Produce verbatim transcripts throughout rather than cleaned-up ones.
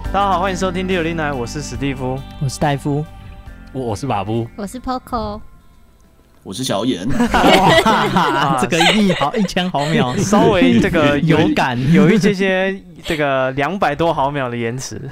大家好，欢迎收听第六零来，我是史蒂夫， 我是戴夫， 我我是马布， 我是 Poco， 我是小眼。 哇，这个一毫一千毫秒， 稍微这个有感， 有一些些这个两百多毫秒的延迟，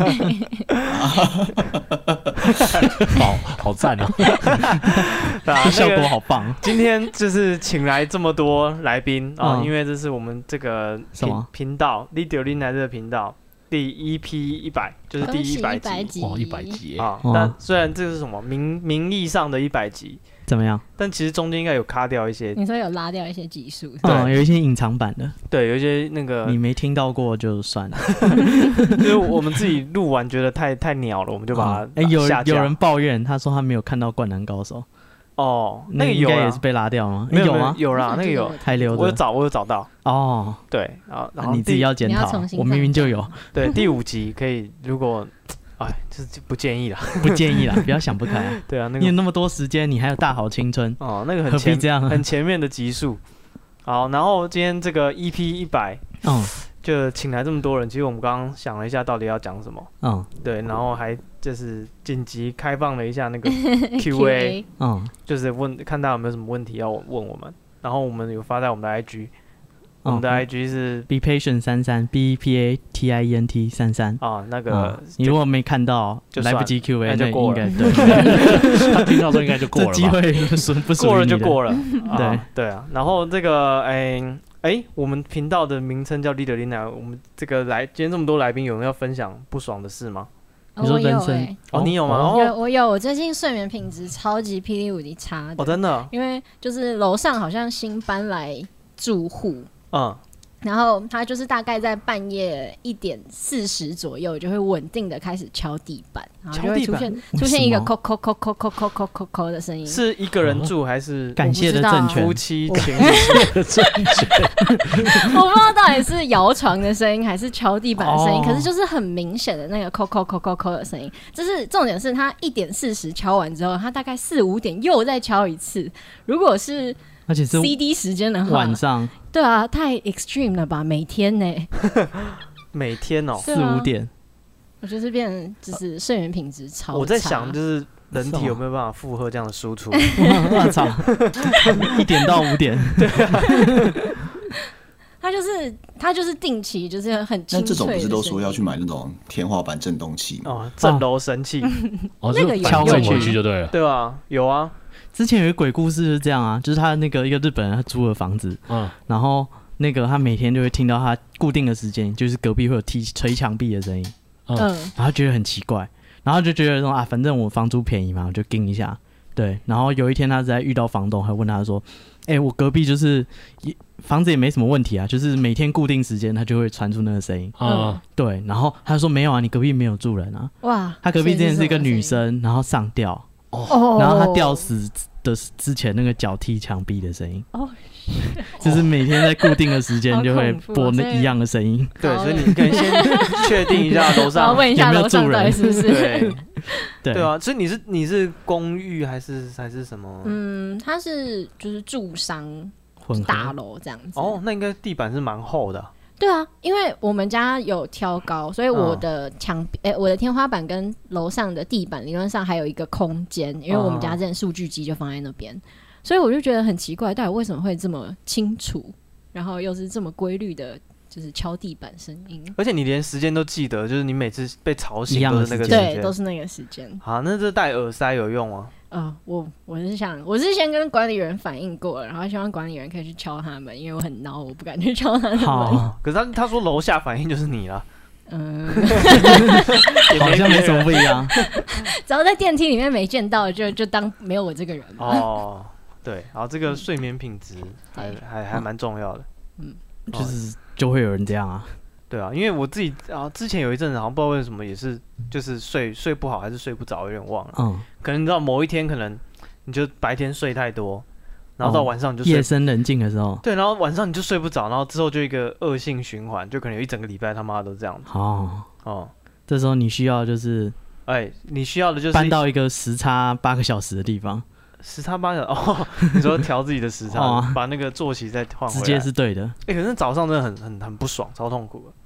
好好赞哦！ 啊， 效果好棒。 今天就是请来这么多来宾啊、 嗯， 因为这是我们这个频频道第六零来这个频道。第 E P 一百就是第一百集， 哇，一百集啊！但虽然这是什么名名义上的一百集， 怎么样？ 但其实中间应该有卡掉一些， 你说有拉掉一些集数， 嗯，有一些隐藏版的， 对，有一些那个你没听到过就算了， 就是我们自己录完觉得太太鸟了，我们就把它哎、嗯欸，有下架。 有人抱怨，他说他没有看到《灌篮高手》。 哦， 那个有应该也是被拉掉吗？ 没有有吗？ 有啦，那个有还留着。 我有找，我有找到。 哦， 对，然后然后你自己要检讨，我明明就有。 对，第五集可以，如果，哎，就是不建议啦， 不建议啦，不要想不开。 对啊，那个你有那么多时间，你还有大好青春哦，那个很前这样很前面的集数。好，然后今天这个 E P 一百，嗯，就请来这么多人，其实我们刚刚想了一下，到底要讲什么，嗯，对，然后还就是紧急开放了一下那个 Q A， 嗯，就是问看大家有没有什么问题要问我们，然后我们有发在我们的 I G。我们的 I G 是 be patient 三三 B E P A T I E N T 三三啊，那个、 嗯、你如果没看到，就来不及 Q A， 那就过了。 对， 他听到说应该就过了吧， 这机会不属于过了就过了。 对、 啊、对啊，然后这个哎哎、欸欸，我们频道的名称叫 Leader Lina， 我们这个来今天这么多来宾，有人要分享不爽的事吗？ 哦、 你说人生我有、欸、 哦，你有吗？哦、 有，我有。我最近睡眠品质超级霹雳无敌差的。 哦，真的？ 因为就是楼上好像新搬来住户，嗯。然后他就是大概在半夜一点四十左右，就会稳定的开始敲地板，然后就会出现出现一个扣扣扣扣扣扣扣扣扣的声音。 是一个人住还是感谢的正确夫妻情侣的正确？ 我不知道到底是摇床的声音还是敲地板的声音，可是就是很明显的那个扣扣扣扣扣的声音。就是重点是他一点四十敲完之后，他大概四五点又再敲一次。如果是而且是 C D 时间的话， 晚上。 对啊，太 extreme 了吧？每天呢、欸？ 每天哦， 四五点， 我就是变成就是睡眠品质超差。 我在想，就是人体有没有办法负荷这样的输出？ 我操，一点到五点， 对啊。 他就是他就是定期就是很清脆的声音。 那这种不是都说要去买那种天花板震动器吗？ 哦，震楼神器， 哦， 那个有敲回去就对了。 对啊，有啊。 之前有一个鬼故事是这样啊，就是他那个一个日本人他租了房子，嗯，然后那个他每天就会听到他固定的时间，就是隔壁会有踢捶墙壁的声音，嗯，然后觉得很奇怪，然后就觉得说啊，反正我房租便宜嘛，我就盯一下，对，然后有一天他在遇到房东，还问他说，哎、欸，我隔壁就是房子也没什么问题啊，就是每天固定时间他就会传出那个声音，嗯，对，然后他说没有啊，你隔壁没有住人啊，哇，他隔壁之前是一个女生，然后上吊。哦、然后他吊死的之前那个脚踢墙壁的声音，哦，就是每天在固定的时间就会播那一样的声音。 对，所以你可以先确定一下楼上问一下有没有住人， 是不是？ 对对对啊，所以你是你是公寓还是还是什么？ 嗯，他是就是住商大楼这样子。 哦，那应该地板是蛮厚的。 对啊，因为我们家有挑高，所以我的墙壁，哎、嗯欸，我的天花板跟楼上的地板理论上还有一个空间，因为我们家之前数据机就放在那边，所以我就觉得很奇怪，到底为什么会这么清楚，然后又是这么规律的，就是敲地板声音， 而且你连时间都记得，就是你每次被吵醒都是那个时间， 对，都是那个时间。 好，那这戴耳塞有用吗？ 呃，我我是想，我是先跟管理员反映过了，然后希望管理员可以去敲他们，因为我很孬，我不敢去敲他们。 好，可是他他说楼下反应就是你了，嗯， 好像没什么不一样。 只要在电梯里面没见到，就就当没有我这个人。 哦，对，然后这个睡眠品质还还还蛮重要的， 嗯，就是就会有人这样啊。 对啊，因为我自己啊，之前有一阵子好像不知道为什么也是，就是睡睡不好还是睡不着，有点忘了。嗯，可能你知道某一天可能你就白天睡太多，然后到晚上你就睡、 哦、夜深人静的时候， 对，然后晚上你就睡不着，然后之后就一个恶性循环，就可能有一整个礼拜他妈都这样子。哦哦，这时候你需要就是， 哎，你需要的就是搬到一个时差八个小时的地方。 时差八小时哦，你说调自己的时差，哦、把那个作息再换回来， 直接是对的。 哎、欸，可是早上真的很很很不爽，超痛苦的。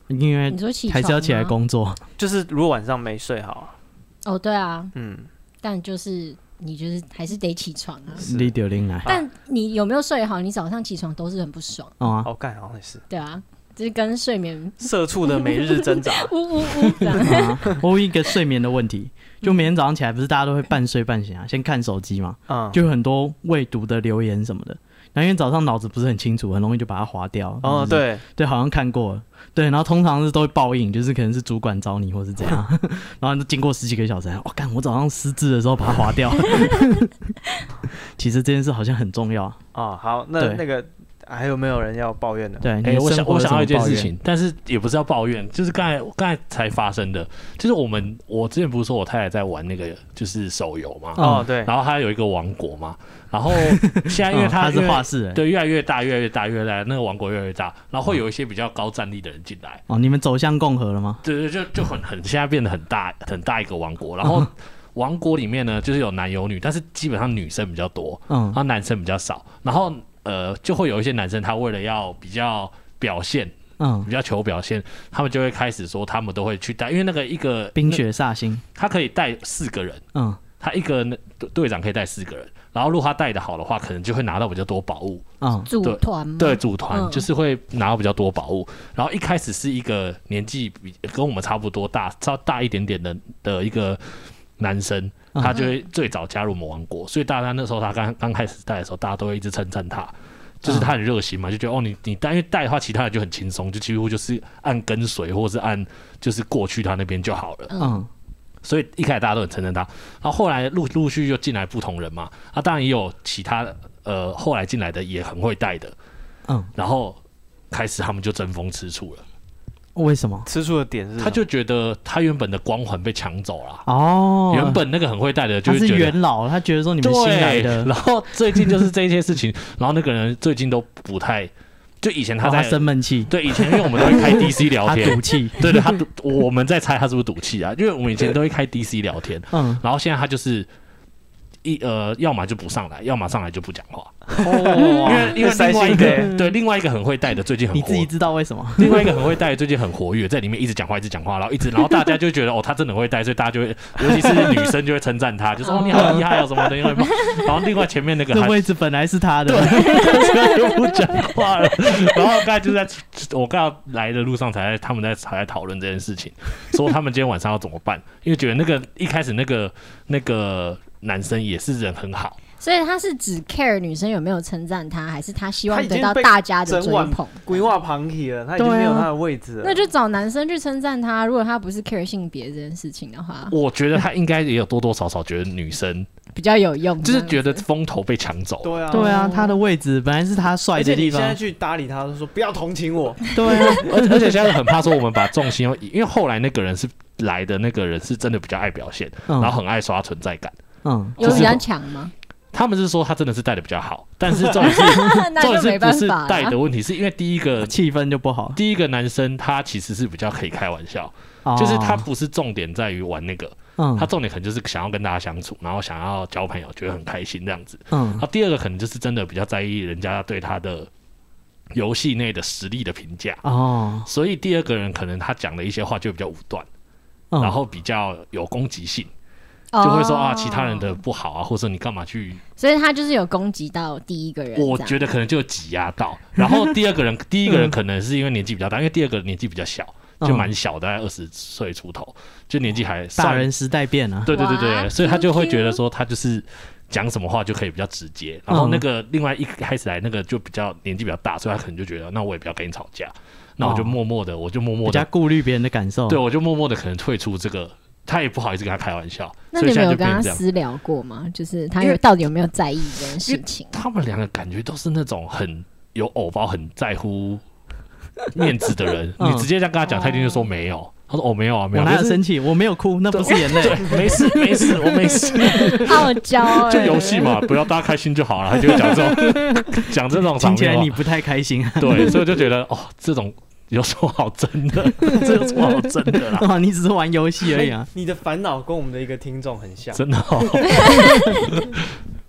因为还是要起来工作。 就是如果晚上没睡好。 哦，对啊，嗯，但就是你就是还是得起床啊。 你丢零来， 但你有没有睡好？你早上起床都是很不爽。 哦，好干，好像也是。 对啊。就是跟睡眠社畜的每日挣扎， 呜呜呜这样。啊， 我有一个睡眠的问题，就每天早上起来，不是大家都会半睡半醒啊，先看手机嘛，嗯，就有很多未读的留言什么的。然后因为早上脑子不是很清楚，很容易就把它划掉。 哦，对对，好像看过了。对，然后通常是都会报应，就是可能是主管找你，或是这样。然后经过十几个小时，我干，我早上失智的时候把它划掉。其实这件事好像很重要啊。 哦，好，那那个。还有没有人要抱怨的？ 对， 哎、欸，我想我想到一件事情，但是也不是要抱怨，就是刚才刚才才发生的，就是我们我之前不是说我太太在玩那个就是手游嘛， 哦对， 然后她有一个王国嘛，然后现在因为她、 哦、是画室， 对，越来越大，越来越大，越来越大，那个王国越来越大，然后会有一些比较高战力的人进来。 哦，你们走向共和了吗？ 对对，就就很很现在变得很大很大一个王国，然后。王国里面呢，就是有男有女，但是基本上女生比较多，嗯，然后男生比较少，然后呃，就会有一些男生他为了要比较表现，嗯，比较求表现，他们就会开始说他们都会去带，因为那个一个冰雪煞星， 他可以带四个人，嗯，他一个队长可以带四个人，然后如果他带的好的话，可能就会拿到比较多宝物， 嗯，组团吗？ 对，组团、嗯、就是会拿到比较多宝物，然后一开始是一个年纪比跟我们差不多大，稍大一点点的的一个。男生他就会最早加入魔王国，所以大家那时候他刚刚开始带的时候，大家都会一直称赞他，就是他很热心嘛，就觉得哦你你带因为带的话，其他人就很轻松，就几乎就是按跟随或者是按就是过去他那边就好了。嗯，所以一开始大家都很称赞他，然后后来陆陆续就进来不同人嘛，啊当然也有其他呃后来进来的也很会带的，嗯，然后开始他们就争风吃醋了。 为什么吃醋的点是？ 他就觉得他原本的光环被抢走了。哦，原本那个很会带的，就是他是元老，他觉得说你们新来的。 然后最近就是这一些事情，然后那个人最近都不太，就以前他在、 哦、他生闷气。 对，以前因为我们都会开 D C 聊天， 他赌气。 对对，他赌，我们在猜他是不是赌气啊？因为我们以前都会开 D C 聊天，嗯，然后现在他就是一呃，要么就不上来，要么上来就不讲话。哦，因为因为另外一个对另外一个很会带的最近很活， 你自己知道为什么？ 另外一个很会带的最近很活跃，在里面一直讲话，一直讲话，然后一直，然后大家就觉得哦，他真的很会带，所以大家就会，尤其是女生就会称赞他，就说哦你好厉害哦什么的，因为然后另外前面那个这位置本来是他的， 对，就不讲话了。然后刚才就在我刚刚来的路上才在他们在才在讨论这件事情，说他们今天晚上要怎么办，因为觉得那个一开始那个那个男生也是人很好。 所以他是只 care 女生有没有称赞他，还是他希望得到大家的追捧？ 规划旁体了，他已经没有他的位置了。 那就找男生去称赞他。如果他不是 care 性别这件事情的话， 我觉得他应该也有多多少少觉得女生比较有用， 就是觉得风头被抢走。 对啊， 对啊，他的位置本来是他帅的地方。 而且你现在去搭理他，就说不要同情我。 对啊， 而而且现在很怕说我们把重心，因为后来那个人是来的那个人是真的比较爱表现，嗯、然后很爱刷存在感。 嗯，有比较强吗？ 他们是说他真的是带的比较好，但是重点是重点是不是带的问题，是因为第一个气氛就不好。 第一个男生他其实是比较可以开玩笑，哦、就是他不是重点在于玩那个，嗯、他重点可能就是想要跟大家相处，然后想要交朋友，觉得很开心这样子。嗯，然后第二个可能就是真的比较在意人家对他的游戏内的实力的评价。哦，所以第二个人可能他讲的一些话就比较武断，嗯、然后比较有攻击性。就会说啊，其他人的不好啊，或者说你干嘛去？ 所以他就是有攻击到第一个人， 我觉得可能就挤压到。然后第二个人，第一个人可能是因为年纪比较大，因为第二个年纪比较小，就蛮小的，大概二十岁出头，就年纪还大人时代变了。 对对对对，所以他就会觉得说他就是讲什么话就可以比较直接。然后那个另外一开始来那个就比较年纪比较大，所以他可能就觉得那我也不要跟你吵架，那我就默默的，我就默默的比较顾虑别人的感受。 对，我就默默的可能退出这个。他也不好意思跟他开玩笑， 那你们有跟他私聊过吗？就是他有到底有没有在意这件事情？ 他们两个感觉都是那种很有偶包、很在乎面子的人。嗯、你直接这样跟他讲，他一定就说没有。他说：“哦，没有啊，没有。” 我哪有生气？我没有哭，那不是眼泪。 对，没事没事，我没事。 傲娇、欸， 就游戏嘛，不要大家开心就好了。他就会讲这种讲这种场面， 听起来你不太开心。 对，所以我就觉得哦，这种。有什么好争的？这有什么好争的啦？ 哇，你只是玩游戏而已啊！ 你的烦恼跟我们的一个听众很像， 真的、哦。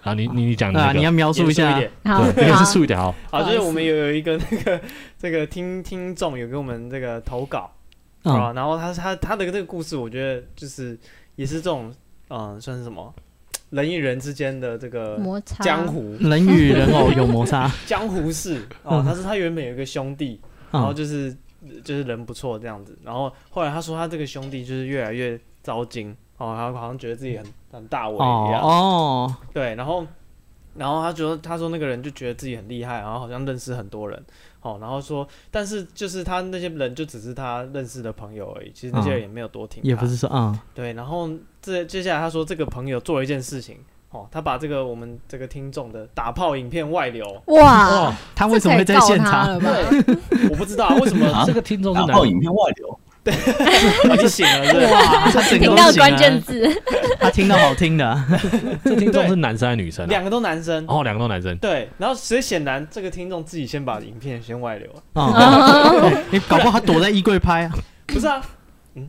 好，你你你讲那个， 你要描述一下， 好， 严肃一点，好。 好，就是我们有有一个那个这个听听众有给我们这个投稿啊，然后他他他的这个故事，我觉得就是也是这种嗯，算是什么人与人之间的这个摩擦， 江湖， 人与人偶有摩擦， 江湖事哦。他是他原本有一个兄弟，然后就是就是人不错这样子，然后后来他说他这个兄弟就是越来越糟心。哦，他好像觉得自己很很大伟一样。哦，对，然后，然后他觉得他说那个人就觉得自己很厉害，然后好像认识很多人。哦，然后说，但是就是他那些人就只是他认识的朋友而已，其实那些人也没有多听他。 也不是说啊。嗯、 对，然后这接下来他说这个朋友做了一件事情。哦，他把这个我们这个听众的打炮影片外流。 哇， 他为什么会在现场？ 对，我不知道为什么这个听众是打炮影片外流。 对，已经醒了，对哇， 听到关键字， 他听到好听的。 这听众是男生还是女生？ 两个都男生。 哦，两个都男生。 对，然后所以显然这个听众自己先把影片先外流。 哦，你搞不好他躲在衣柜拍啊？ 不是啊，嗯，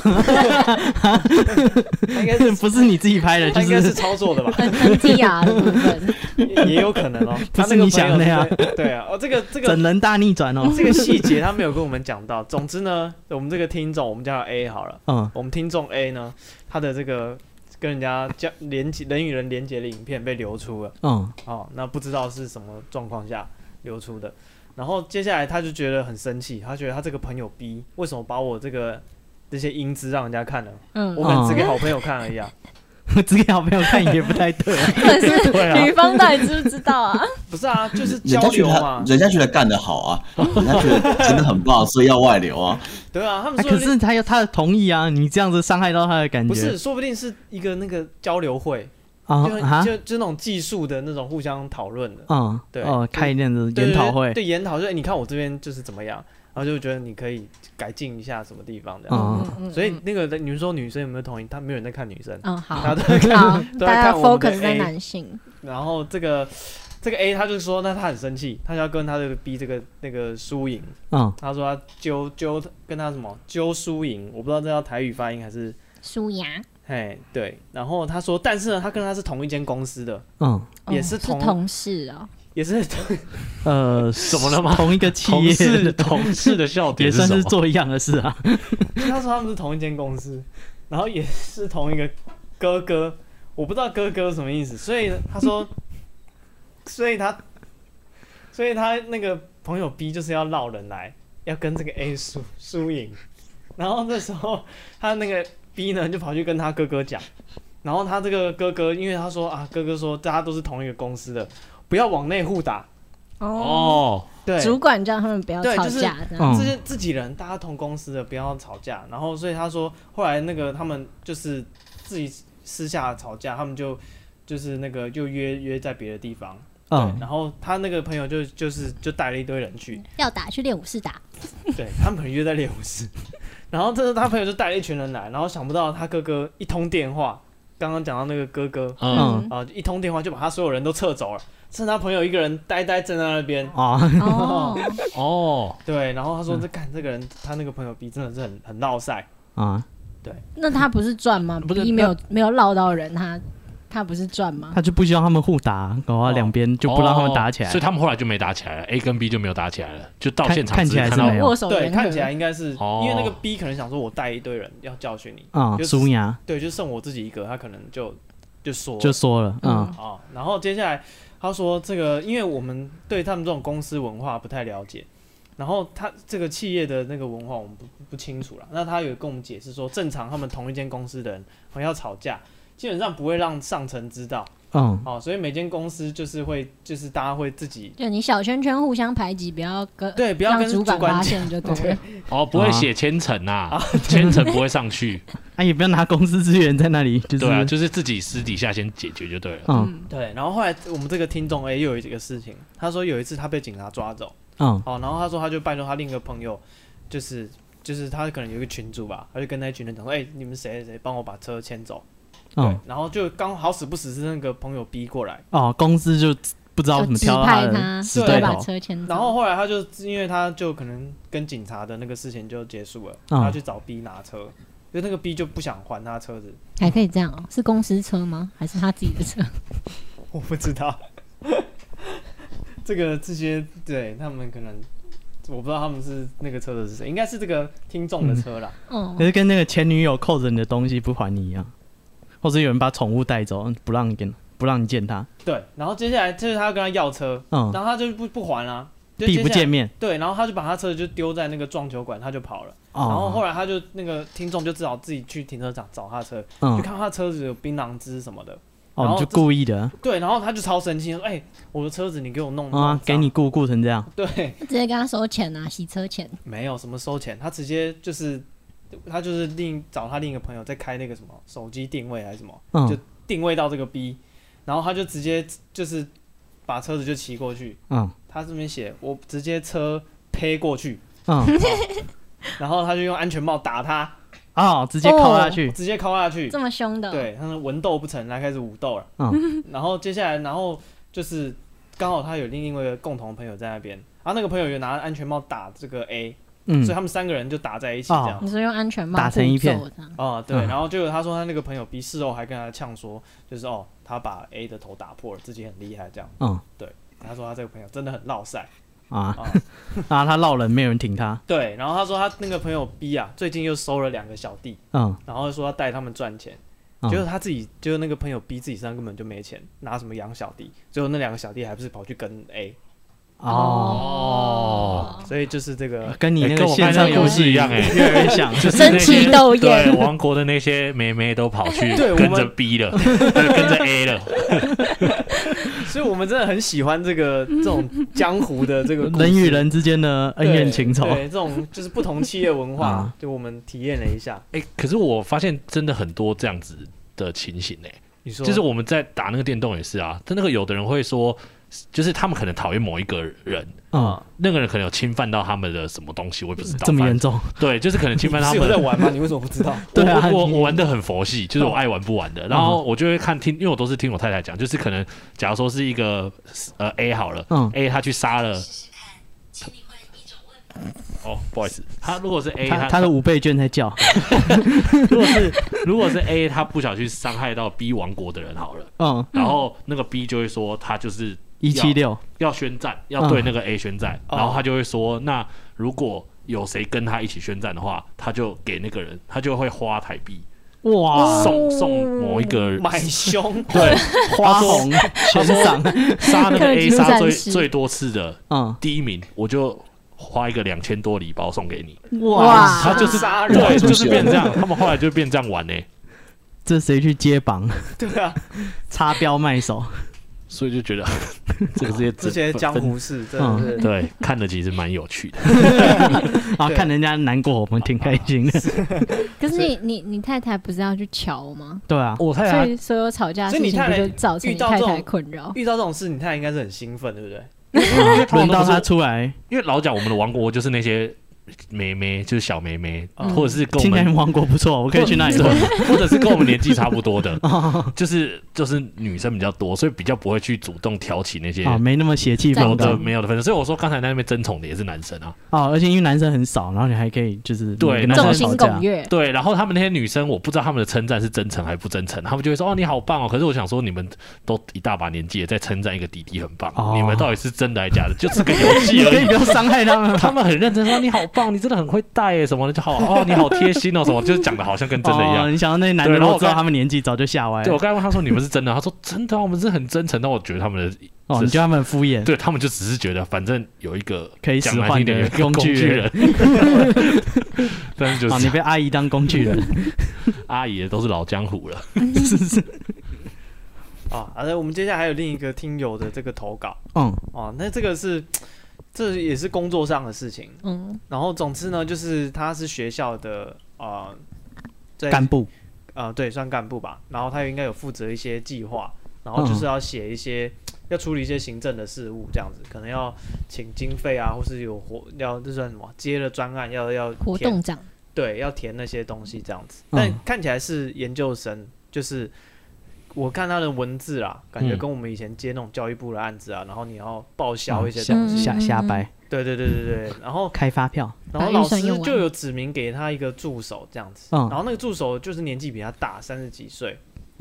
应该是不是你自己拍的， 他应该是操作的吧？ 很低雅的部分也有可能哦， 不是你想的呀。 对啊，哦，这个这个整人大逆转哦， 这个细节他没有跟我们讲到。总之呢，我们这个听众，我们叫他 A 好了，嗯，我们听众 A 呢，他的这个跟人家交连接人与人连接的影片被流出了，嗯，哦，那不知道是什么状况下流出的。然后接下来他就觉得很生气，他觉得他这个朋友 B 为什么把我这个这些英姿让人家看了，嗯，我们只给好朋友看而已啊。 只给好朋友看也不太对， 可是女方到底知不知道啊？ 不是啊，就是交流嘛。 人家觉得干得好啊，人家觉得真的很棒，所以要外流啊。 对啊，他们说、 啊、可是他有他的同意啊，你这样子伤害到他的感觉。 不是，说不定是一个那个交流会啊，就就就那种技术的那种互相讨论的。嗯，对哦， 开那种研讨会， 对研讨就、欸、你看我这边就是怎么样。然后就觉得你可以改进一下什么地方这样，嗯、所以那个你们说女生有没有同意？他没有人在看女生， 嗯，好， 他都在看，都在看我们的 A， focus 在男性。 然后这个这个 A 他就说，那他很生气，他就要跟他这个 B 这个那个输赢，嗯，他说他揪揪跟他什么揪输赢，我不知道这叫台语发音还是输牙。 嘿，对，然后他说，但是呢，他跟他是同一间公司的，嗯，也是同、 哦、是同事啊、哦。 也是， 呃， 什么了吗？ 同一个企业， 同事同事的笑点也算是做一样的事啊。 他说他们是同一间公司，然后也是同一个哥哥，我不知道哥哥什么意思，所以他说，所以他，所以他那个朋友 B 就是要绕人来，要跟这个 A 输输赢，然后这时候他那个 B 呢就跑去跟他哥哥讲，然后他这个哥哥，因为他说啊，哥哥说大家都是同一个公司的。不要往内互打哦，对，主管叫他们不要吵架， 对，就是这些自己人，大家同公司的不要吵架。然后，所以他说，后来那个他们就是自己私下吵架，他们就就是那个就约约在别的地方，嗯，然后他那个朋友就就是就带了一堆人去， 要打去练武室打， 对他们可能约在练武室，然后这是他朋友就带了一群人来，然后想不到他哥哥一通电话，刚刚讲到那个哥哥，嗯，啊，一通电话就把他所有人都撤走了。趁他朋友一个人呆呆站在那边哦哦，对，然后他说这看这个人，他那个朋友 B 真的是很很落赛啊，对， 那他不是赚吗？不是 B 没有没有落到人，他他不是赚吗？ 他就不希望他们互打，搞到两边就不让他们打起来， 所以他们后来就没打起来了 ，A 跟 B 就没有打起来了，就到现场看起来是没有握手， 对，看起来应该是因为那个 B 可能想说我带一堆人要教训你啊，输牙， 对，就剩我自己一个，他可能就就说就说了，嗯啊，然后接下来。他说：“这个，因为我们对他们这种公司文化不太了解，然后他这个企业的那个文化我们不不清楚了。那他有跟我们解释说，正常他们同一间公司的人很要吵架，基本上不会让上层知道。嗯，哦，所以每间公司就是会，就是大家会自己， 就你小圈圈互相排挤，不要跟对，不要跟主管发现就对了。 哦，不会写千层啊，千层不会上去。 啊，也不要拿公司资源在那里，就是对啊，就是自己私底下先解决就对了。 嗯，对。然后后来我们这个听众 A 又有一个事情，他说有一次他被警察抓走，嗯，哦，然后他说他就拜托他另一个朋友，就是就是他可能有一个群组吧，他就跟那群人讲说，哎、欸，你们谁谁帮我把车牵走。对，嗯、然后就刚好死不死是那个朋友逼过来哦，公司就不知道怎么挑他的死对头， 然后后来他就因为他就可能跟警察的那个事情就结束了，嗯、他去找 B 拿车，因为那个 B 就不想还他车子， 还可以这样哦？是公司车吗？还是他自己的车？ 我不知道。这个这些对他们可能。我不知道他们是那个车的是谁，应该是这个听众的车啦。 嗯，可是跟那个前女友扣着你的东西不还你一样，或者有人把宠物带走，不让你跟不让你见他。 对，然后接下来就是他要跟他要车，嗯，然后他就不不还啊， 避不见面。 对，然后他就把他车就丢在那个撞球馆，他就跑了。哦、然后后来他就那个听众就只好自己去停车场找他的车，嗯、就看到他车子有槟榔汁什么的。 哦，你就故意的。 对，然后他就超生气，说：“哎、欸，我的车子你给我弄啊，给你顾顾成这样。” 对， 直接跟他收钱啊，洗车钱。 没有什么收钱，他直接就是他就是另找他另一个朋友在开那个什么手机定位还是什么，嗯、就定位到这个 B， 然后他就直接就是把车子就骑过去。嗯，他这边写我直接车飞过去。嗯，然后他就用安全帽打他。 哦，直接敲下去， 哦、直接敲下去， 这么凶的。 对，他说文斗不成，来开始武斗了。嗯，然后接下来，然后就是刚好他有另外一个共同朋友在那边，然后那个朋友有拿安全帽打这个 A，嗯，所以他们三个人就打在一起这样。 你说用安全帽打成一片？ 哦，对，然后结果他说他那个朋友 B 事后还跟他呛说，就是哦，他把 A 的头打破了，自己很厉害这样。嗯，对，他说他这个朋友真的很落赛。啊啊！他落人，没有人挺他。 对，然后他说他那个朋友 B 啊，最近又收了两个小弟，嗯，然后说要带他们赚钱，嗯、结果他自己就是那个朋友 B 自己身上根本就没钱，拿什么养小弟？最后那两个小弟还不是跑去跟 A。哦，所以就是这个跟你那个线上游戏一样，哎， 越来越像， 就是争奇斗艳。 对，王国的那些妹妹都跑去跟着 B 了，跟着 A 了。 所以我们真的很喜欢这个这种江湖的这个人与人之间的恩怨情仇， 对，这种就是不同企业文化，就我们体验了一下。 哎，可是我发现真的很多这样子的情形哎， 你说， 就是我们在打那个电动也是啊，但那个有的人会说。就是他们可能讨厌某一个人，嗯，那个人可能有侵犯到他们的什么东西，我也不知道。 这么严重？ 对，就是可能侵犯他们。 你是有在玩吗？你为什么不知道？ 对啊，我我玩的很佛系，就是我爱玩不玩的。然后我就会看听，因为我都是听我太太讲，就是可能假如说是一个呃 A 好了，嗯 ，A 他去杀了。哦，不好意思，他如果是 A， 他他的五倍券在叫。 如果是如果是 A， 他不小心伤害到 B 王国的人好了，嗯，然后那个 B 就会说他就是一七六要宣战，要对那个 A 宣战，嗯、然后他就会说，那如果有谁跟他一起宣战的话，他就给那个人，他就会花台币。哇！送送某一个买凶， 对， 花红悬赏， 杀那个 A 杀最最多次的，嗯，第一名我就。花一个两千多礼包送给你，哇！他就是杀人， 对，就是变这样。他们后来就变这样玩呢、欸。 这谁去接榜？ 对啊， 插标卖手， 所以就觉得这个这些这些江湖事，真的是、 嗯、对看的其实蛮有趣的。 啊，看人家难过，我们挺开心的。 可是你你你太太不是要去瞧吗？ 对啊， 我太太， 所以所有吵架的事情不就造成你太太困扰？ 遇到这种事，你太太应该是很兴奋，对不对？ 轮到他出来， 因为老讲我们的王国就是那些妹妹，就是小妹妹，嗯、或者是跟我们今年王国不错，我可以去那里做， 或者是跟我们年纪差不多的，就是就是女生比较多，所以比较不会去主动挑起那些啊、哦，没那么血气方刚， 没有的分。所以我说刚才那边争宠的也是男生啊， 哦，而且因为男生很少，然后你还可以就是对众星拱月， 对，然后他们那些女生，我不知道他们的称赞是真诚还是不真诚，他们就会说哦你好棒哦，可是我想说你们都一大把年纪了，在称赞一个弟弟很棒，哦、你们到底是真的还是假的？就是个游戏而已， 可以不要伤害他们。 他们很认真说你好棒，你真的很会带耶什么的，就好哦你好贴心哦什么，就是讲的好像跟真的一样。 哦、你想到那些男的，然后我知道他们年纪早就吓歪了。 对我刚才问他说你们是真的，他说真的，我们是很真诚。但我觉得他们的哦，你觉得他们很敷衍？ 对他们就只是觉得反正有一个可以使唤的工具人， 但是就是、 哦、你被阿姨当工具人， 阿姨也都是老江湖了， 是是。 啊，而且我们接下来还有另一个听友的这个投稿，嗯，哦，那这个是。这也是工作上的事情，嗯，然后总之呢，就是他是学校的呃干部， 呃对，算干部吧。然后他应该有负责一些计划，然后就是要写一些、嗯、要处理一些行政的事务，这样子，可能要请经费啊，或是有活要这算什么接了专案要要活动长， 对，要填那些东西这样子。但看起来是研究生，就是我看他的文字啦，感觉跟我们以前接那种教育部的案子啊，然后你要报销一些东西， 瞎瞎掰。 对对对对对，然后开发票， 然后老师就有指明给他一个助手这样子，嗯、然后那个助手就是年纪比他大，三十几岁，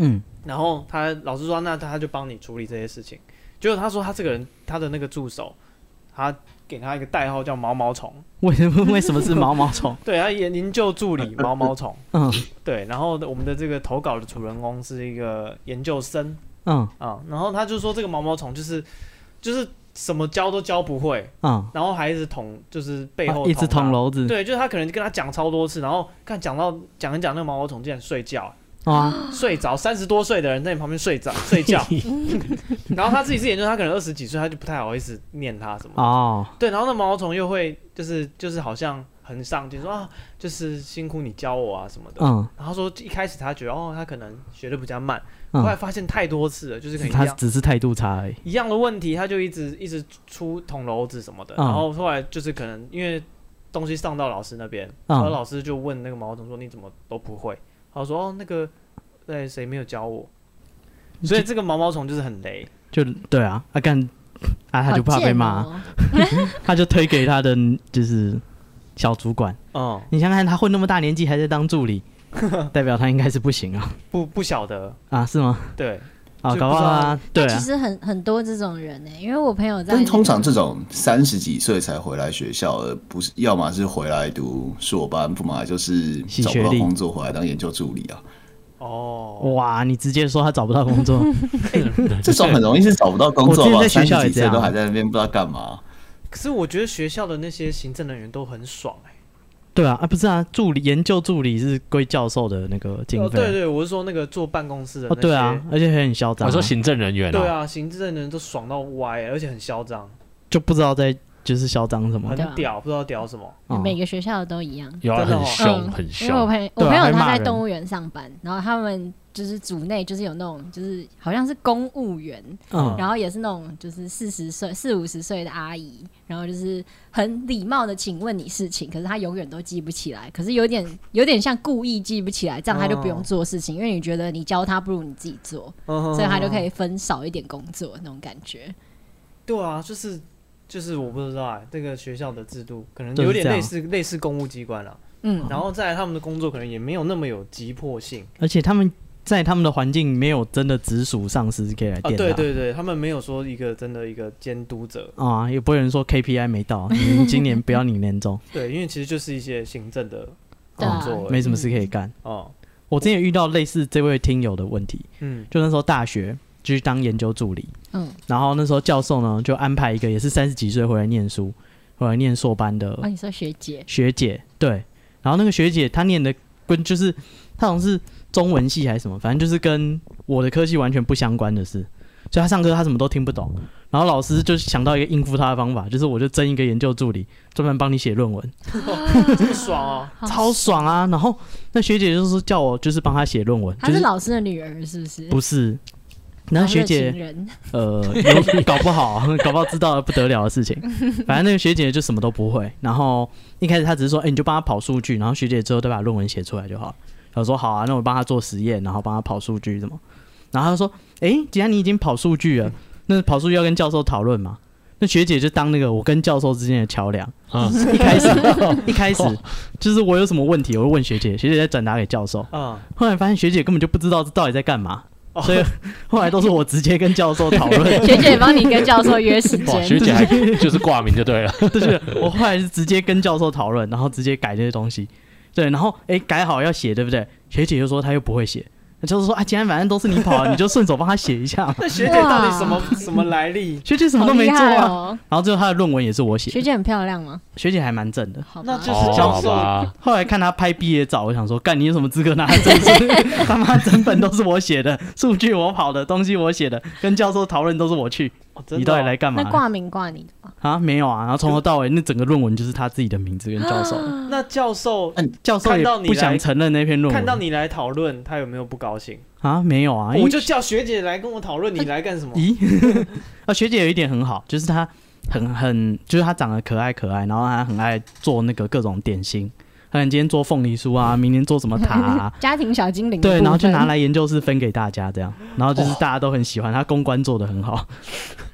嗯，然后他老师说，那他就帮你处理这些事情。结果他说他这个人，他的那个助手，他给他一个代号叫毛毛虫。 为什么？为什么是毛毛虫？ 对，他研研究助理毛毛虫。嗯，对。然后我们的这个投稿的主人公是一个研究生。嗯啊，然后他就说这个毛毛虫就是就是什么教都教不会。嗯，然后还一直捅，就是背后、 啊、一直捅篓子。 对，就是他可能跟他讲超多次，然后看讲到讲一讲，那个毛毛虫竟然睡觉。啊，睡着，三十多岁的人在你旁边睡着睡觉，然后他自己是研究，他可能二十几岁，他就不太好意思念他什么的。哦，对，然后那毛毛虫又会就是就是好像很上进，说啊，就是辛苦你教我啊什么的。嗯，然后说一开始他觉得哦，他可能学的比较慢，嗯、后来发现太多次了，就是可能他只是态度差而已， 一样的问题，他就一直一直出捅篓子什么的，嗯、然后后来就是可能因为东西上到老师那边，然后老师就问那个毛毛虫说你怎么都不会。他说：“哦，那个，对，谁没有教我？所以这个毛毛虫就是很雷， 就对啊，他、啊、干啊，他就怕被骂，哦、他就推给他的就是小主管。哦，你想想看，他混那么大年纪还在当助理，代表他应该是不行啊。 不不晓得啊？是吗？ 对。” 啊，搞不好啊，对啊， 其实很很多这种人呢、欸，因为我朋友在、那個。但通常这种三十几岁才回来学校的，不是要么是回来读硕班，不嘛就是找不到工作回来当研究助理啊。 哦，哇，你直接说他找不到工作， 欸、这种很容易是找不到工作吧？我之前在学校也这样，都还在那边不知道干嘛。 可是我觉得学校的那些行政人员都很爽哎、欸。 对啊，啊不是啊，助理研究助理是归教授的那个经费、哦。 对对，我是说那个坐办公室的那些。 哦，对啊，而且很嚣张、啊。 我说行政人员、啊。 对啊，行政人员都爽到歪，而且很嚣张， 就不知道在就是嚣张什么， 很屌，不知道屌什么。 哦、每个学校的都一样， 有啊，很凶、嗯，很凶。 因为我朋我朋友他在动物园上班，然后他们就是组内就是有那种就是好像是公务员，嗯、然后也是那种就是四十岁四五十岁的阿姨，然后就是很礼貌的请问你事情，可是他永远都记不起来，可是有点有点像故意记不起来，这样他就不用做事情，因为你觉得你教他不如你自己做，嗯、所以他就可以分少一点工作那种感觉。 对啊，就是就是我不知道哎，这个学校的制度可能有点类似类似公务机关啦，嗯，然后再来他们的工作可能也没有那么有急迫性， 而且他们。在他们的环境没有真的直属上司可以来电、啊， 对对对，他们没有说一个真的一个监督者啊，也不会有人说 K P I 没到，你今年不要你年终。 对，因为其实就是一些行政的工作、 啊，没什么事可以干。哦、嗯，我之前有遇到类似这位听友的问题，嗯，就那时候大学就去当研究助理，嗯，然后那时候教授呢就安排一个也是三十几岁回来念书，回来念硕班的。 哦，你说学姐？ 学姐，对，然后那个学姐她念的跟就是她好像是。中文系还是什么，反正就是跟我的科系完全不相关的事，所以他上课他什么都听不懂，然后老师就想到一个应付他的方法，就是我就征一个研究助理，专门帮你写论文， 这么爽啊， 超爽啊！然后那学姐就是叫我就是帮他写论文， 她是老师的女儿是不是？ 不是，然后学姐呃有搞不好搞不好知道了不得了的事情，反正那个学姐就什么都不会，然后一开始她只是说，哎、欸，你就帮他跑数据，然后学姐之后再把论文写出来就好了。我说好啊，那我帮他做实验，然后帮他跑数据，怎么？然后他就说，哎、欸，既然你已经跑数据了，那跑数据要跟教授讨论嘛？那学姐就当那个我跟教授之间的桥梁。啊、嗯，一开始一开始就是我有什么问题，我会问学姐，学姐再转达给教授。啊、嗯，后来发现学姐根本就不知道这到底在干嘛。哦、所以后来都是我直接跟教授讨论， 学姐帮你跟教授约时间， 学姐还就是挂名就对了。 就是我后来是直接跟教授讨论，然后直接改这些东西。对，然后哎、欸，改好要写，对不对？学姐就说她又不会写，就是说啊，既然反正都是你跑，你就顺手帮她写一下。 那学姐到底什么什么来历？ 学姐什么都没做啊。 哦、 然后最后她的论文也是我写。 学姐很漂亮吗？ 学姐还蛮正的。 那就是教授。 哦、 后来看她拍毕业照，我想说，干你有什么资格拿证书？他妈整本都是我写的，数据我跑的，东西我写的，跟教授讨论都是我去。哦哦、你到底来干嘛？ 那挂名挂你的吗？ 啊，没有啊。然后从头到尾，那整个论文就是他自己的名字跟教授。 那教授， 嗯，教授也不想承认那篇论文。 看到你来讨论，他有没有不高兴？ 啊，没有啊。 我就叫学姐来跟我讨论，你来干什么？ 咦，啊，学姐有一点很好，就是她很很，就是她长得可爱可爱，然后她很爱做那个各种点心。可能今天做凤梨酥啊，明天做什么塔啊， 家庭小精灵对，然后就拿来研究室分给大家这样，然后就是大家都很喜欢，他公关做得很好，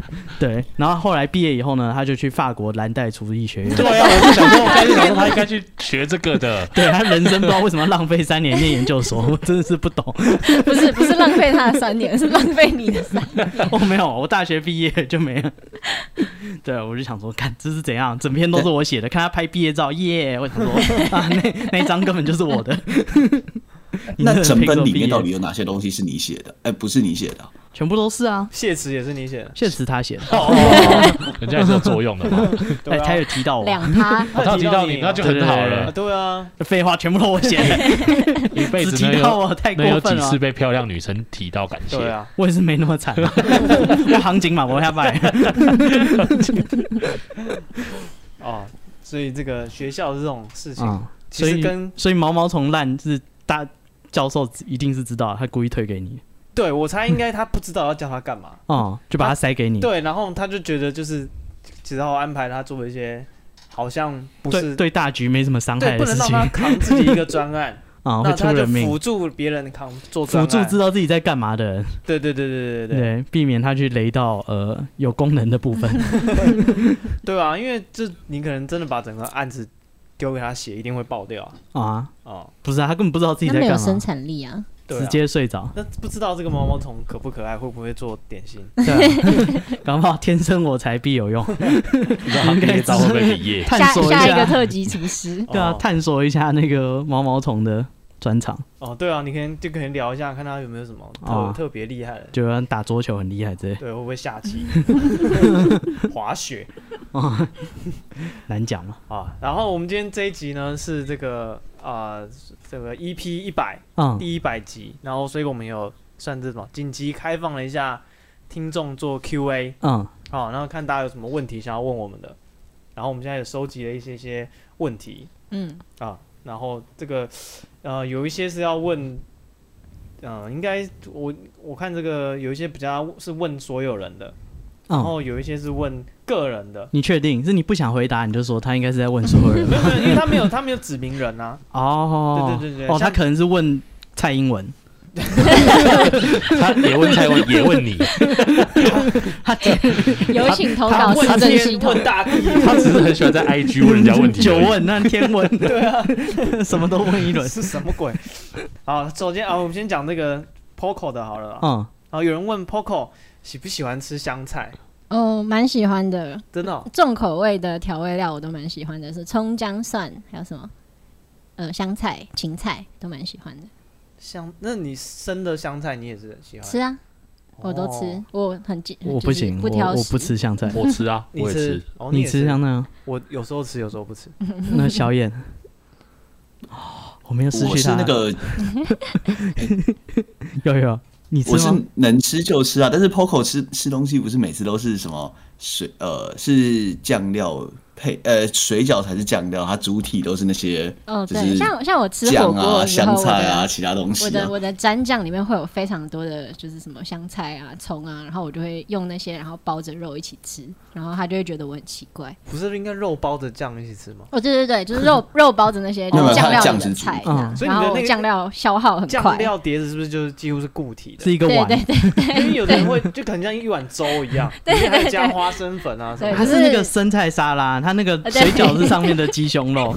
对，然后后来毕业以后呢，他就去法国蓝带厨艺学院。 对啊，我就想说，我刚才想说他应该去学这个的。 对，他人生不知道为什么要浪费三年念研究所，我真的是不懂。 不是不是浪费他的三年，是浪费你的三年。 哦，没有，我大学毕业就没了。对，我就想说，看这是怎样，整篇都是我写的。看他拍毕业照，耶！我想说啊，那那张根本就是我的。 那整本里面到底有哪些东西是你写的？哎、欸，不是你写的、啊， 全部都是啊。 谢词也是你写的， 谢词他写的。 哦，人家也是有作用的嘛。 哎、啊，他有提到我， 两趴， 他提到你，那就很好了。 对啊， 废话，全部都我写的。 一辈子只提到我，太过分了。 能有几次被漂亮女生提到感谢？ 对啊， 我也是没那么惨、啊。我行情嘛，我下拜。 哦，所以这个学校这种事情，嗯、其实跟所以毛毛虫烂是大教授一定是知道，他故意推给你。 对，我猜应该他不知道要叫他干嘛， 哦、嗯，就把他塞给你。 对，然后他就觉得就是只好安排他做一些好像不是对, 对大局没什么伤害的事情， 不能让他扛自己一个专案。 啊、 嗯， 会出人命， 辅助别人扛做专案， 辅助知道自己在干嘛的人， 对对对对对 对, 对，避免他去雷到呃有功能的部分， 对啊，因为这你可能真的把整个案子丢给他写，一定会爆掉啊！ 啊，哦，不是啊，他根本不知道自己在干嘛， 没有生产力啊， 对啊， 直接睡着。 那不知道这个毛毛虫可不可爱，会不会做点心？ 对啊，搞不好天生我材必有用， 不知道他毕业照会不会毕业？ 探索一下下一个特级厨师， 对啊，探索一下那个毛毛虫的专场。 哦，对啊，你可能就可以聊一下，看他有没有什么特、哦、特别厉害的， 就有人打桌球很厉害之类， 对，会不会下棋、滑雪， 哦、难讲嘛。 啊，然后我们今天这一集呢是这个啊、呃，这个 E P 一百、嗯，第一百集，然后所以我们有算这什么紧急开放了一下听众做 Q A， 嗯，好，然后看大家有什么问题想要问我们的，然后我们现在也收集了一些些问题，嗯，啊。然后这个，呃，有一些是要问，呃，应该我我看这个有一些比较是问所有人的，然后有一些是问个人的。 你确定？是你不想回答，你就说他应该是在问所有人。 没有没有，因为他没有他没有指名人啊。 哦， 对对对对。 哦，他可能是问蔡英文。 他也问蔡文，也问你。 他有请投稿市政系统。 问大地， 他只是很喜欢在 I G 问人家问题。 久问那天问， 对啊， 什么都问一轮， 是什么鬼？好，首先啊，我们先讲那个 Poco 的好了。嗯。然后有人问 Poco 喜不喜欢吃香菜？ 哦，蛮喜欢的， 真的、哦。 重口味的调味料我都蛮喜欢的，是葱姜蒜，还有什么？呃，香菜、芹菜都蛮喜欢的。 香，那你生的香菜你也是喜欢？ 吃啊，我都吃，哦、我很我不行， 不挑食，我不吃香菜。 我吃啊，我也吃。 哦、 你, 你吃香菜啊？ 我有时候吃，有时候不吃。 那小眼，我没有失去他。 我是那个， 有有，你吃吗？ 我是能吃就吃啊，但是 Poco 吃吃东西不是每次都是什么水呃是酱料。配呃水饺才是酱料，它主体都是那些哦， 对， 像像我吃火锅啊、香菜啊、其他东西、啊。 我的我的蘸酱里面会有非常多的，就是什么香菜啊、葱啊，然后我就会用那些，然后包着肉一起吃，然后他就会觉得我很奇怪。 不是应该肉包着酱一起吃吗？ 哦，对对对，就是肉肉包着那些就是酱料里的菜， 嗯， 然后酱料消耗很快。 酱料碟子是不是就是几乎是固体的？ 是一个碗， 对对对对， 因为有的人会就可能像一碗粥一样，里面还加花生粉啊什么。 还是那个生菜沙拉，它那个水饺。是上面的鸡胸肉，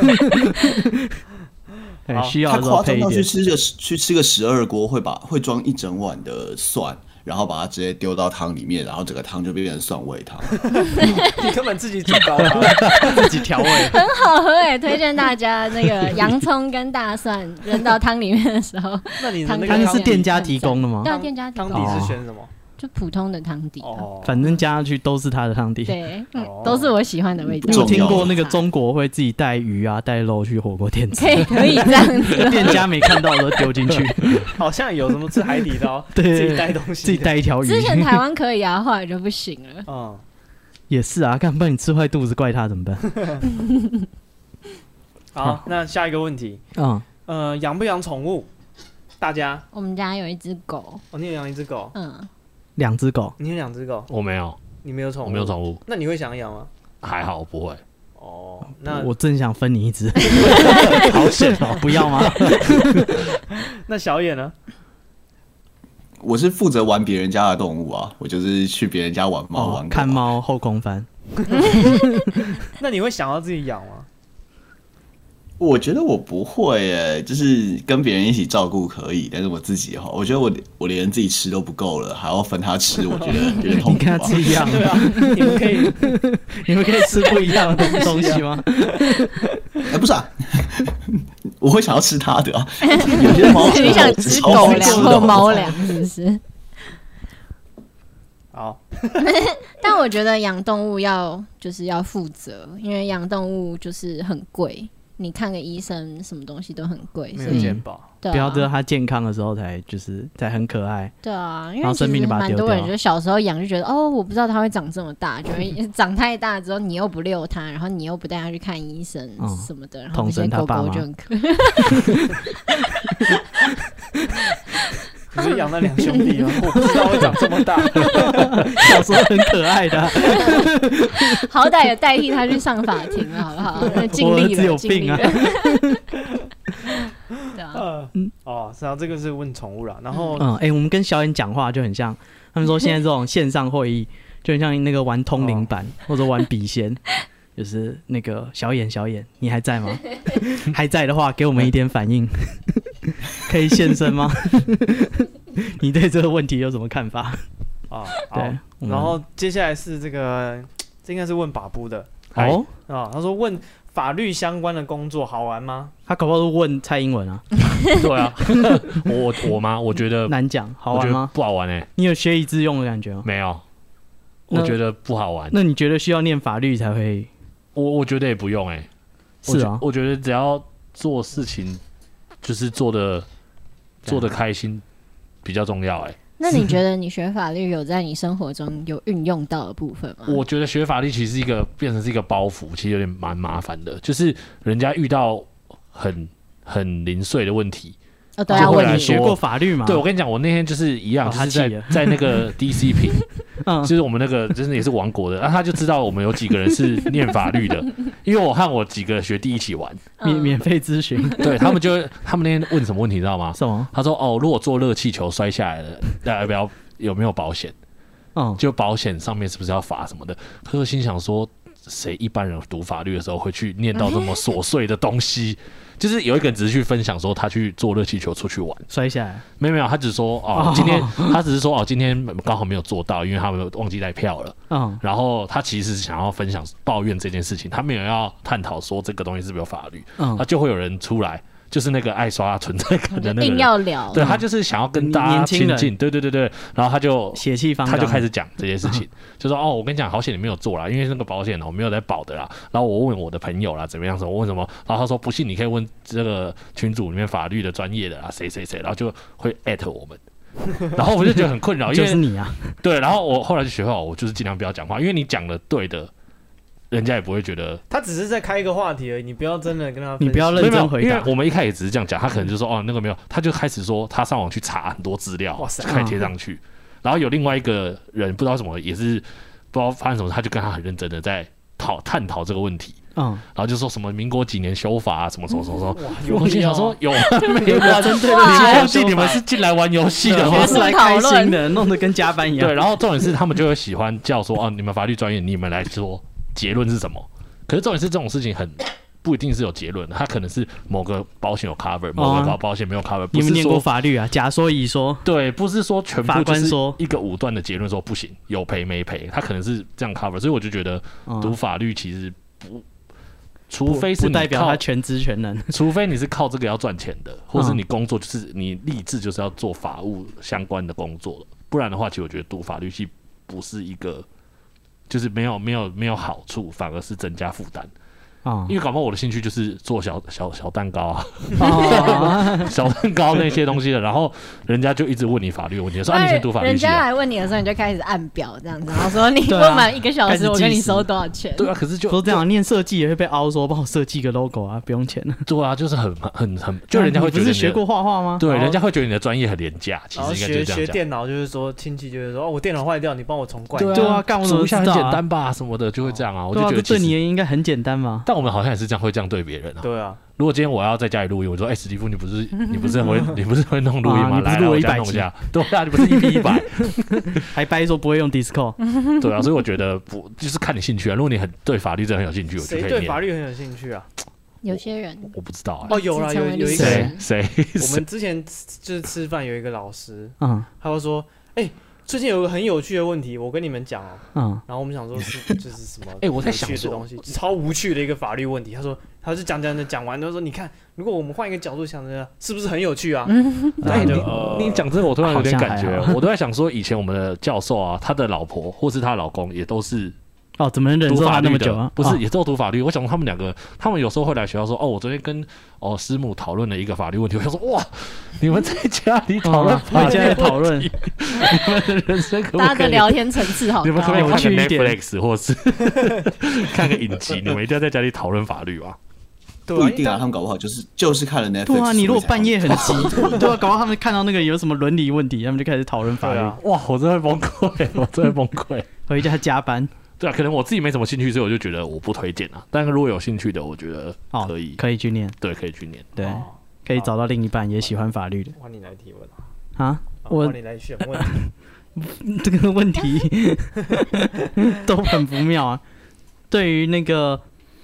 对，需要的时候配一点。 去吃个去吃个十二锅，会把会装一整碗的蒜，然后把它直接丢到汤里面，然后整个汤就变成蒜味汤。 你根本自己煮高汤，自己调味， 很好喝哎！推荐大家那个洋葱跟大蒜扔到汤里面的时候， 那你那个是店家提供的吗？ 对，店家提供。 汤底是选什么？ 就普通的汤底、啊哦，反正加上去都是它的汤底， 对、嗯哦，都是我喜欢的味道。 你有听过那个中国会自己带鱼啊、带肉去火锅店吃？ 可以可以这样子， 店家没看到都丢进去。 好像有什么吃海底捞， 对， 自己带东西， 自己带一条鱼。 之前台湾可以啊，后来就不行了。 嗯， 也是啊，看不然你吃坏肚子，怪他怎么办？ 好，那下一个问题，嗯，呃，养不养宠物？大家， 我们家有一只狗。 哦，你有养一只狗？ 嗯。 两只狗， 你有两只狗？ 我没有， 你没有宠物， 我没有宠物。 那你会想养吗？ 还好，不会。 哦，那我正想分你一只，好险哦，不要吗？ 那小野呢？ 我是负责玩别人家的动物啊，我就是去别人家玩猫、 哦、 玩狗、 看猫后空翻。 那你会想要自己养吗？ 我觉得我不会诶，就是跟别人一起照顾可以，但是我自己的话，我觉得我我连自己吃都不够了，还要分他吃，我觉得有点痛苦、啊。 你跟他吃一样， 对啊，你们可以， 你们可以吃不一样的东西吗？ 哎、欸，不是啊，我会想要吃它的啊。有些猫你想吃狗粮或猫粮是不是？ 好， 但我觉得养动物要就是要负责，因为养动物就是很贵。你看个医生，什么东西都很贵， 没有健保。 对啊， 不要等它健康的时候才就是才很可爱。 对啊，因为其实蛮多人就小时候养就觉得哦，我不知道它会长这么大，就会长太大之后你又不遛它，然后你又不带它去看医生什么的，嗯、然后那些狗狗就很可爱。 你是养那两兄弟吗？我不知道会长这么大， 小时候很可爱的、啊， 好歹也代替他去上法庭了，好不好？尽力了， 有病啊！ 对啊，嗯，哦，然后这个是问宠物啦，然后嗯，哎、欸，我们跟小眼讲话就很像，他们说现在这种线上会议就很像那个玩通灵版、哦、或者玩笔仙。就是那个小眼，小眼，你还在吗？还在的话，给我们一点反应，可以现身吗？你对这个问题有什么看法？ 啊，对。然后接下来是这个，这应该是问把布的哦啊，他说问法律相关的工作好玩吗？ 他搞不好是问蔡英文啊。 对啊，我我吗？我觉得难讲，好玩吗？ 不好玩哎、欸。 你有学以致用的感觉吗？ 没有，我觉得不好玩。 那你觉得需要念法律才会？ 我我觉得也不用哎、欸， 是啊， 我觉得只要做事情就是做的做的开心比较重要哎、欸。 那你觉得你学法律有在你生活中有运用到的部分吗？ 我觉得学法律其实是一个变成是一个包袱，其实有点蛮麻烦的，就是人家遇到很很零碎的问题。 哦，对啊， 我你学过法律吗？ 对，我跟你讲，我那天就是一样，哦、就是在在那个 D C 屏，嗯，就是我们那个就是也是王国的，然、啊、后他就知道我们有几个人是念法律的，因为我和我几个学弟一起玩， 免免费咨询， 对他们就他们那天问什么问题，你知道吗？ 什么？ 他说哦，如果坐热气球摔下来了，大家不要有没有保险？嗯，就保险上面是不是要罚什么的？他就心想说，谁一般人读法律的时候会去念到这么琐碎的东西？就是有一个人只是去分享说他去坐热气球出去玩摔下来， 没有没有，他只是说哦今天他只是说哦今天刚好没有做到，因为他们忘记带票了。嗯，然后他其实是想要分享抱怨这件事情，他没有要探讨说这个东西是不是有法律。嗯，他就会有人出来。就是那个爱刷存在感的那个人， 硬要聊， 对他就是想要跟大家亲近，对对对对，然后他就血气方刚， 他就开始讲这件事情，嗯、就说哦，我跟你讲，好险你没有做啦，因为那个保险我没有在保的啦。然后我问我的朋友啦，怎么样？什么？我问什么？然后他说不信你可以问这个群组里面法律的专业的啊，谁谁谁，然后就会艾特我们。然后我就觉得很困扰，因为就是你啊， 对。然后我后来就学会，我就是尽量不要讲话，因为你讲的对的。人家也不会觉得他只是在开一个话题而已，你不要真的跟他， 你不要认真回答。 因为我们一开始只是这样讲，他可能就说哦那个没有，他就开始说他上网去查很多资料，就开始贴上去。嗯、然后有另外一个人不知道什么，也是不知道发生什么，他就跟他很认真的在讨探讨这个问题。嗯，然后就说什么民国几年修法啊，什么什么什么什么。我心想说有没有啊？针对的，你们相信你们是进来玩游戏的吗？ 是来开心的，弄得跟加班一样。 对，然后重点是他们就会喜欢叫说哦，你们法律专业，你们来说结论是什么？可是重点是这种事情很不一定是有结论的，它可能是某个保险有 cover， 某个保险没有 cover。 你们念过法律啊？甲说乙说， 对，不是说全部就是一个武断的结论说不行，有赔没赔，它可能是这样 cover。所以我就觉得读法律其实不，除非是不代表他全知全能， 除非你是靠这个要赚钱的，或是你工作就是你立志就是要做法务相关的工作的，不然的话，其实我觉得读法律系不是一个。就是没有没有没有好处，反而是增加负担。啊、因为搞不好我的兴趣就是做小小小蛋糕啊，哦、小蛋糕那些东西的，然后人家就一直问你法律问题，说啊你以前读法律系、啊， 人家来问你的时候，你就开始按表这样子，然后说你问满一个小时，我跟你收多少钱？ 对啊，可是就说这样念设计也会被凹说帮我设计个 logo 啊，不用钱。 对啊，就是很很很，就人家会觉得你不是学过画画吗？ 对，人家会觉得你的专业很廉价，其实应该就是这样学学电脑就是说亲戚就会说哦，我电脑坏掉，你帮我重灌。 对啊，干我读一下很简单吧什么的，就会这样啊。我就觉得对你应该很简单嘛。 但我们好像也是这样会这样对别人啊。 对啊， 如果今天我要在家里录音，我说：“哎、欸，史蒂夫，你不是你不是很会你不是会弄录音吗？啊、来来，我家弄一下。”对啊，你不是 E P 一百， 还掰说不会用 Discord。 对啊，所以我觉得不就是看你兴趣啊。如果你很对法律真的很有兴趣，我就可以念。 谁对法律很有兴趣啊？ 有些人我不知道啊。 哦，有啦，有有一个谁谁， 我们之前就是吃饭有一个老师，嗯，他会说：“哎、欸。”最近有个很有趣的问题，我跟你们讲哦、喔。嗯，然后我们想说是就是什么？哎、欸， 我在想的东西，超无趣的一个法律问题。他说，他就讲讲的讲完，他说：“你看，如果我们换一个角度想着，是不是很有趣啊？” 对，你你讲这个，我突然有点感觉，我都在想说，以前我们的教授啊，他的老婆或是他的老公也都是。 哦，怎么能忍受他那么久啊？ 不是，哦、也都读法律。我想他们两个，他们有时候会来学校说：“哦，我昨天跟哦师母讨论了一个法律问题。”我想说：“哇，你们在家里讨论法律， 在家里讨论， 你们的人生可不可以？ 大家的聊天层次好高。 你们可不可以看个 Netflix 或是看个影集？你们一定要在家里讨论法律啊？” 不一定啊，他们搞不好就是就是看了 Netflix。 对啊，你如果半夜很急，对啊，搞不好他们看到那个有什么伦理问题，他们就开始讨论法律。 啊、哇，我真的会崩溃，我真的崩溃， 回家加班。 对啊，可能我自己没什么兴趣，所以我就觉得我不推荐啊。但是如果有兴趣的，我觉得可以， 哦、可以去念。 对，可以去念。 对，哦、可以找到另一半也喜欢法律的。 换你来提问啊！我换你来选问题。 这个问题都很不妙啊。对于那个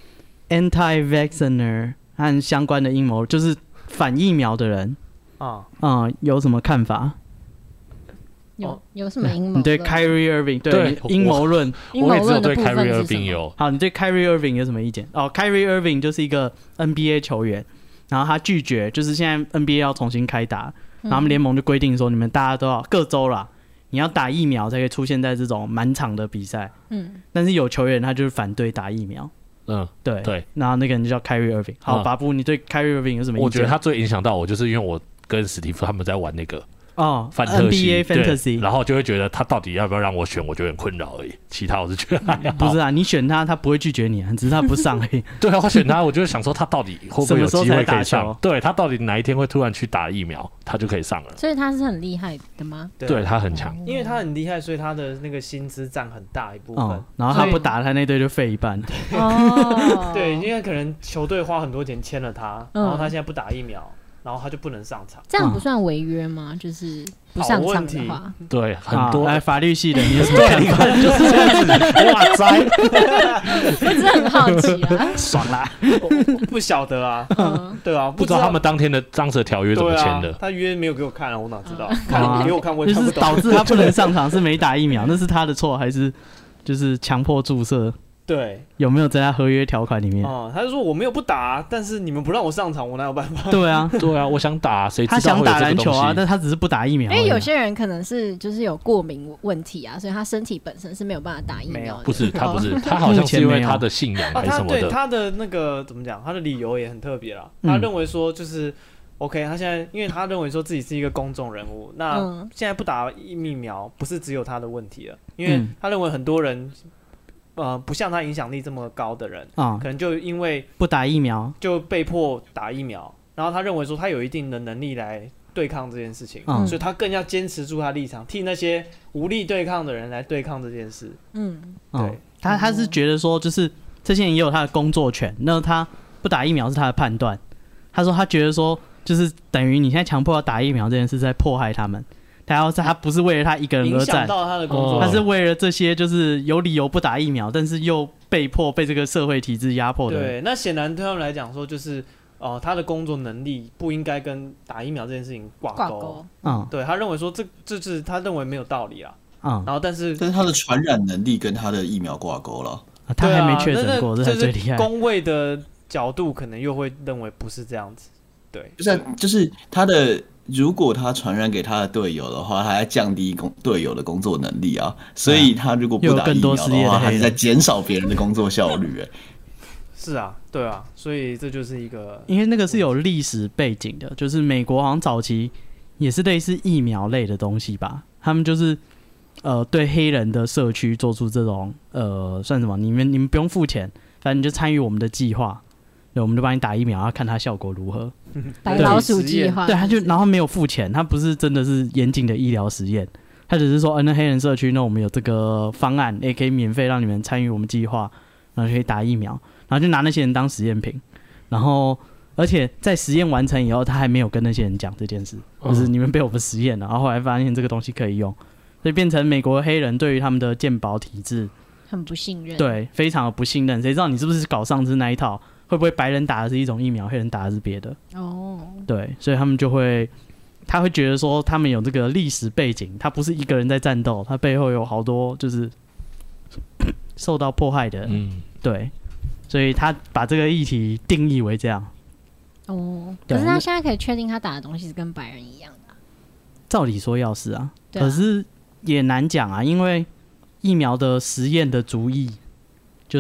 anti-vaxxer 和相关的阴谋，就是反疫苗的人啊，嗯，有什么看法？ 有有什么阴谋？ 你对 Kyrie Irving 对阴谋论， 我也只有对 Kyrie Irving 有。 好，你对 Kyrie Irving 有什么意见？哦 ，Kyrie Irving 就是一个 N B A 球员，然后他拒绝，就是现在 N B A 要重新开打，然后他们联盟就规定说，你们大家都要各州啦，你要打疫苗才可以出现在这种满场的比赛。嗯，但是有球员他就是反对打疫苗。嗯，对对，然后那个人就叫 Kyrie Irving。好，巴布，你对 Kyrie Irving 有什么意见？ 我觉得他最影响到我，就是因为我跟史蒂夫他们在玩那个。 哦， 范特西 N B A Fantasy， 然后就会觉得他到底要不要让我选，我觉得很困扰而已。其他我是觉得还好。 不是啊，你选他，他不会拒绝你，只是他不上而已。 对啊，我选他，我就想说他到底会不会有机会可以上？对他到底哪一天会突然去打疫苗，他就可以上了。 所以他是很厉害的吗？ 对，对他很强， 因为他很厉害，所以他的那个薪资占很大一部分。哦、 然后他不打，他那队就废一半。 哦，对，因为可能球队花很多钱签了他，然后他现在不打疫苗。然后他就不能上场， 这样不算违约吗？就是不上场的话， 对，很多哎，法律系的，你有什么看法？ 就是这样子，哇塞， 我真的很好奇啊， 爽啦！ 不晓得啊，对啊， 不知道他们当天的当时的条约怎么签的， 他约没有给我看啊，我哪知道？看给我看，我也看不懂。 导致他不能上场是没打疫苗，那是他的错还是就是强迫注射？ 对， 有没有在他合约条款里面？ 哦、嗯，他就说我没有不打，但是你们不让我上场，我哪有办法？ 对啊， 对啊，我想打，谁知道他想打篮球啊，但他只是不打疫苗。 因为有些人可能是就是有过敏问题啊，所以他身体本身是没有办法打疫苗的。 不是，他不是，他好像是因为他的信仰还是什么的。 啊、他对他的那个怎么讲？他的理由也很特别啦。他认为说就是。嗯OK， 他现在因为他认为说自己是一个公众人物，那现在不打疫苗不是只有他的问题了，因为他认为很多人，呃，不像他影响力这么高的人，嗯、可能就因为不打疫苗就被迫打疫苗，然后他认为说他有一定的能力来对抗这件事情，嗯、所以他更要坚持住他立场，替那些无力对抗的人来对抗这件事。嗯，对， 嗯、他他是觉得说，就是这些人也有他的工作权，那他不打疫苗是他的判断。他说他觉得说。就是等于你现在强迫要打疫苗这件事在迫害他们，他要他不是为了他一个人而战， 影响到他的工作， 他是为了这些就是有理由不打疫苗，但是又被迫被这个社会体制压迫的。 对，那显然对他们来讲说，就是哦、呃，他的工作能力不应该跟打疫苗这件事情挂钩。嗯，对他认为说这这是他认为没有道理啊。嗯，然后但是但是他的传染能力跟他的疫苗挂钩了、 啊，他还没确诊过，这才最厉害。 公卫的角度可能又会认为不是这样子。对， 就是就是他的，如果他传染给他的队友的话，他在降低工队友的工作能力啊，所以他如果不打疫苗的话，他是在减少别人的工作效率、欸。 是啊，对啊，所以这就是一个， 因为那个是有历史背景的，就是美国好像早期也是类似疫苗类的东西吧，他们就是呃对黑人的社区做出这种呃算什么，你们你们不用付钱，反正你就参与我们的计划。对，我们就帮你打疫苗，要看它效果如何。 白老鼠计划， 对，他就然后没有付钱，他不是真的是严谨的医疗实验，他只是说，呃，那黑人社区，那我们有这个方案，也可以免费让你们参与我们计划，然后就可以打疫苗。然然后就拿那些人当实验品，然后而且在实验完成以后，他还没有跟那些人讲这件事，就是你们被我们实验了，然后后来发现这个东西可以用，所以变成美国黑人对于他们的健保体制很不信任， 对，非常的不信任。谁知道你是不是搞上次那一套？会不会白人打的是一种疫苗，黑人打的是别的？哦，对，所以他们就会，他会觉得说他们有这个历史背景，他不是一个人在战斗，他背后有好多就是受到迫害的人，嗯，对，所以他把这个议题定义为这样。 哦，可是他现在可以确定他打的东西是跟白人一样的、啊？ 照理说要是啊，啊可是也难讲啊，因为疫苗的实验的主意就是、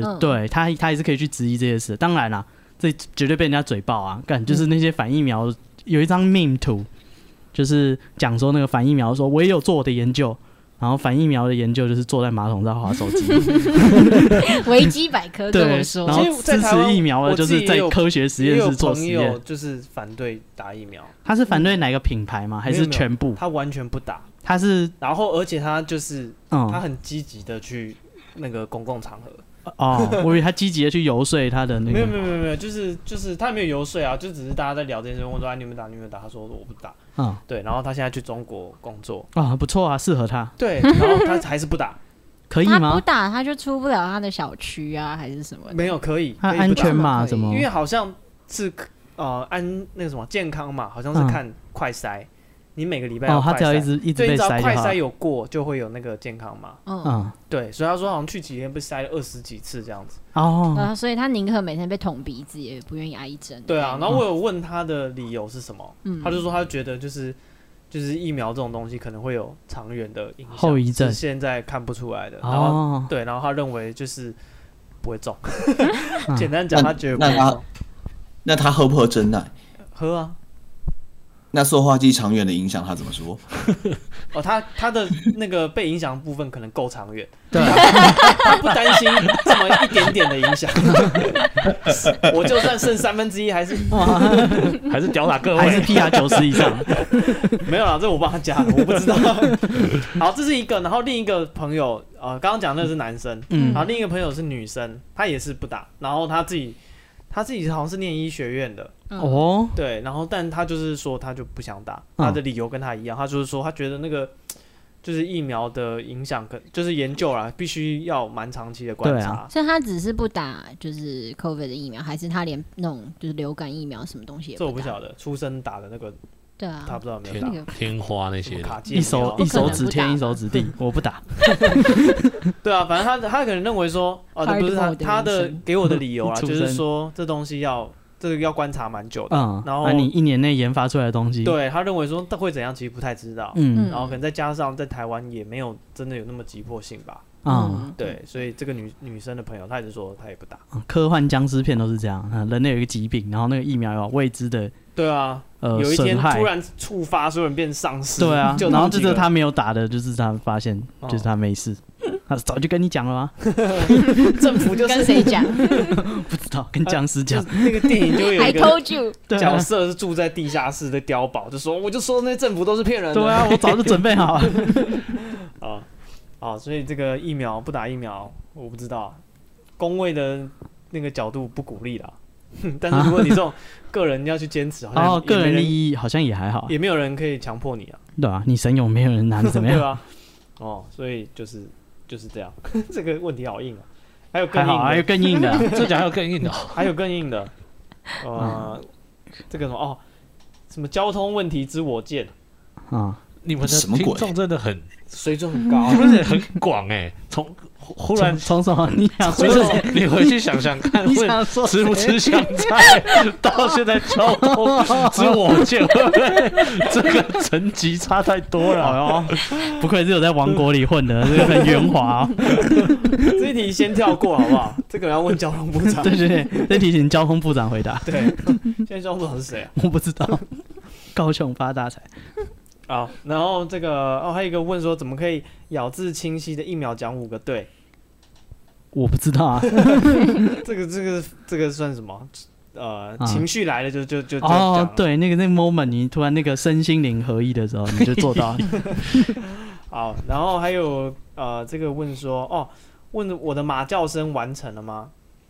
哦嗯、对他，他也是可以去质疑这些事。当然啦，这绝对被人家嘴爆啊！干就是那些反疫苗、嗯、有一张 meme 图，就是讲说那个反疫苗说，我也有做我的研究。然后反疫苗的研究就是坐在马桶上滑手机， 维基百科跟我说， 然后支持疫苗的就是在科学实验室做实验， 就是反对打疫苗。 他是反对哪个品牌吗？还是全部？ 他完全不打， 他是， 然后而且他就是，嗯、他很积极的去那个公共场合。 哦，我以为他积极的去游说他的那个， 没有没有没有没有，就是就是他没有游说啊，就只是大家在聊这件事，问说、啊、你们打你们打，他说我不打，嗯，对，然后他现在去中国工作啊，不错啊，适合他， 对，然后他还是不打， 可以吗？ 他不打他就出不了他的小区啊，还是什么？ 没有可以， 他安全嘛？怎么？ 因为好像是呃安那个什么健康嘛，好像是看快筛。嗯你每个礼拜要快筛， 哦，他只要一直一直被筛就好， 对，只要快筛有过，就会有那个健康码。嗯，对，所以他说好像去几天被筛了二十几次这样子。 哦，呃，所以他宁可每天被捅鼻子，也不愿意挨针。 对啊，然后我有问他的理由是什么，嗯、他就说他觉得就是就是疫苗这种东西可能会有长远的影响， 后遗症， 是现在看不出来的。然后、哦、对，然后他认为就是不会中。简单讲，他觉得不会中。 那他喝不喝真奶？ 喝啊。 那塑化剂长远的影响他怎么说？ 哦，他他的那个被影响的部分可能够长远，对、啊，他不担心这么一点点的影响。我就算剩三分之一，还是还是吊打各位， 还是 P R 九十以上。 没有啦，这我帮他加，我不知道。好，这是一个，然后另一个朋友，呃，刚刚讲那个是男生，嗯，然后另一个朋友是女生，她也是不打，然后她自己。他自己好像是念医学院的哦，嗯、对，然后但他就是说他就不想打，嗯、他的理由跟他一样，他就是说他觉得那个就是疫苗的影响，就是研究啦，必须要蛮长期的观察。啊、 所以他只是不打就是 COVID 的疫苗，还是他连那种就是流感疫苗什么东西也不打？ 这我不晓得，出生打的那个。 对啊， 他不知道有没有打天花那些一手一手指天一手指地，我不打。 对啊，反正他他可能认为说，哦，不是他他的给我的理由啊，就是说这东西要这个要观察蛮久的，嗯，然后、 啊、你一年内研发出来的东西， 对他认为说会怎样，其实不太知道，嗯，然后可能再加上在台湾也没有真的有那么急迫性吧。嗯，对，所以这个女女生的朋友，她也是说她也不打。 科幻僵尸片都是这样，人类有一个疾病，然后那个疫苗有未知的， 对啊，呃，有一天突然触发，所有人变丧尸， 对啊，然后就是他没有打的，就是他发现，就是他没事，他早就跟你讲了吗？ 政府就是跟谁讲？ 不知道，跟僵尸讲。 那个电影就有一个 I told you 角色是住在地下室的碉堡，就说我就说那些政府都是骗人的。 对啊，我早就准备好了。 啊。哦，所以这个疫苗不打疫苗，我不知道，公卫的那个角度不鼓励啦。但是如果你这种个人要去坚持，好像哦，个人利益好像也还好， 也没有人可以强迫你啊。 对啊，你神勇，没有人拿你怎么样？ 对啊。哦，所以就是就是这样，这个问题好硬啊。还有更硬的， 还有更硬的， 这讲还有更硬的， 还有更硬的。呃，这个什么哦，什么交通问题之我见啊。你们的听众真的很水准很高， 不是很广哎、欸。从忽然从什么？你想说你回去想想看， 你想说吃不吃香菜？到现在交通之我见，会不会这个层级差太多了？ 哦，不愧是有在王国里混的，这个很圆滑、哦。 这一题先跳过好不好？这个要问交通部长。 对对对，这题请交通部长回答。 对，现在交通部长是谁啊？ 我不知道。高雄发大财。 好，然后这个哦，还有一个问说，怎么可以咬字清晰的一秒讲五个对？ 我不知道啊。 这个这个这个算什么？呃，啊、情绪来了就就就就哦，对，那个那个 moment， 你突然那个身心灵合一的时候，你就做到了。 好，然后还有呃，这个问说哦，问我的马叫声完成了吗？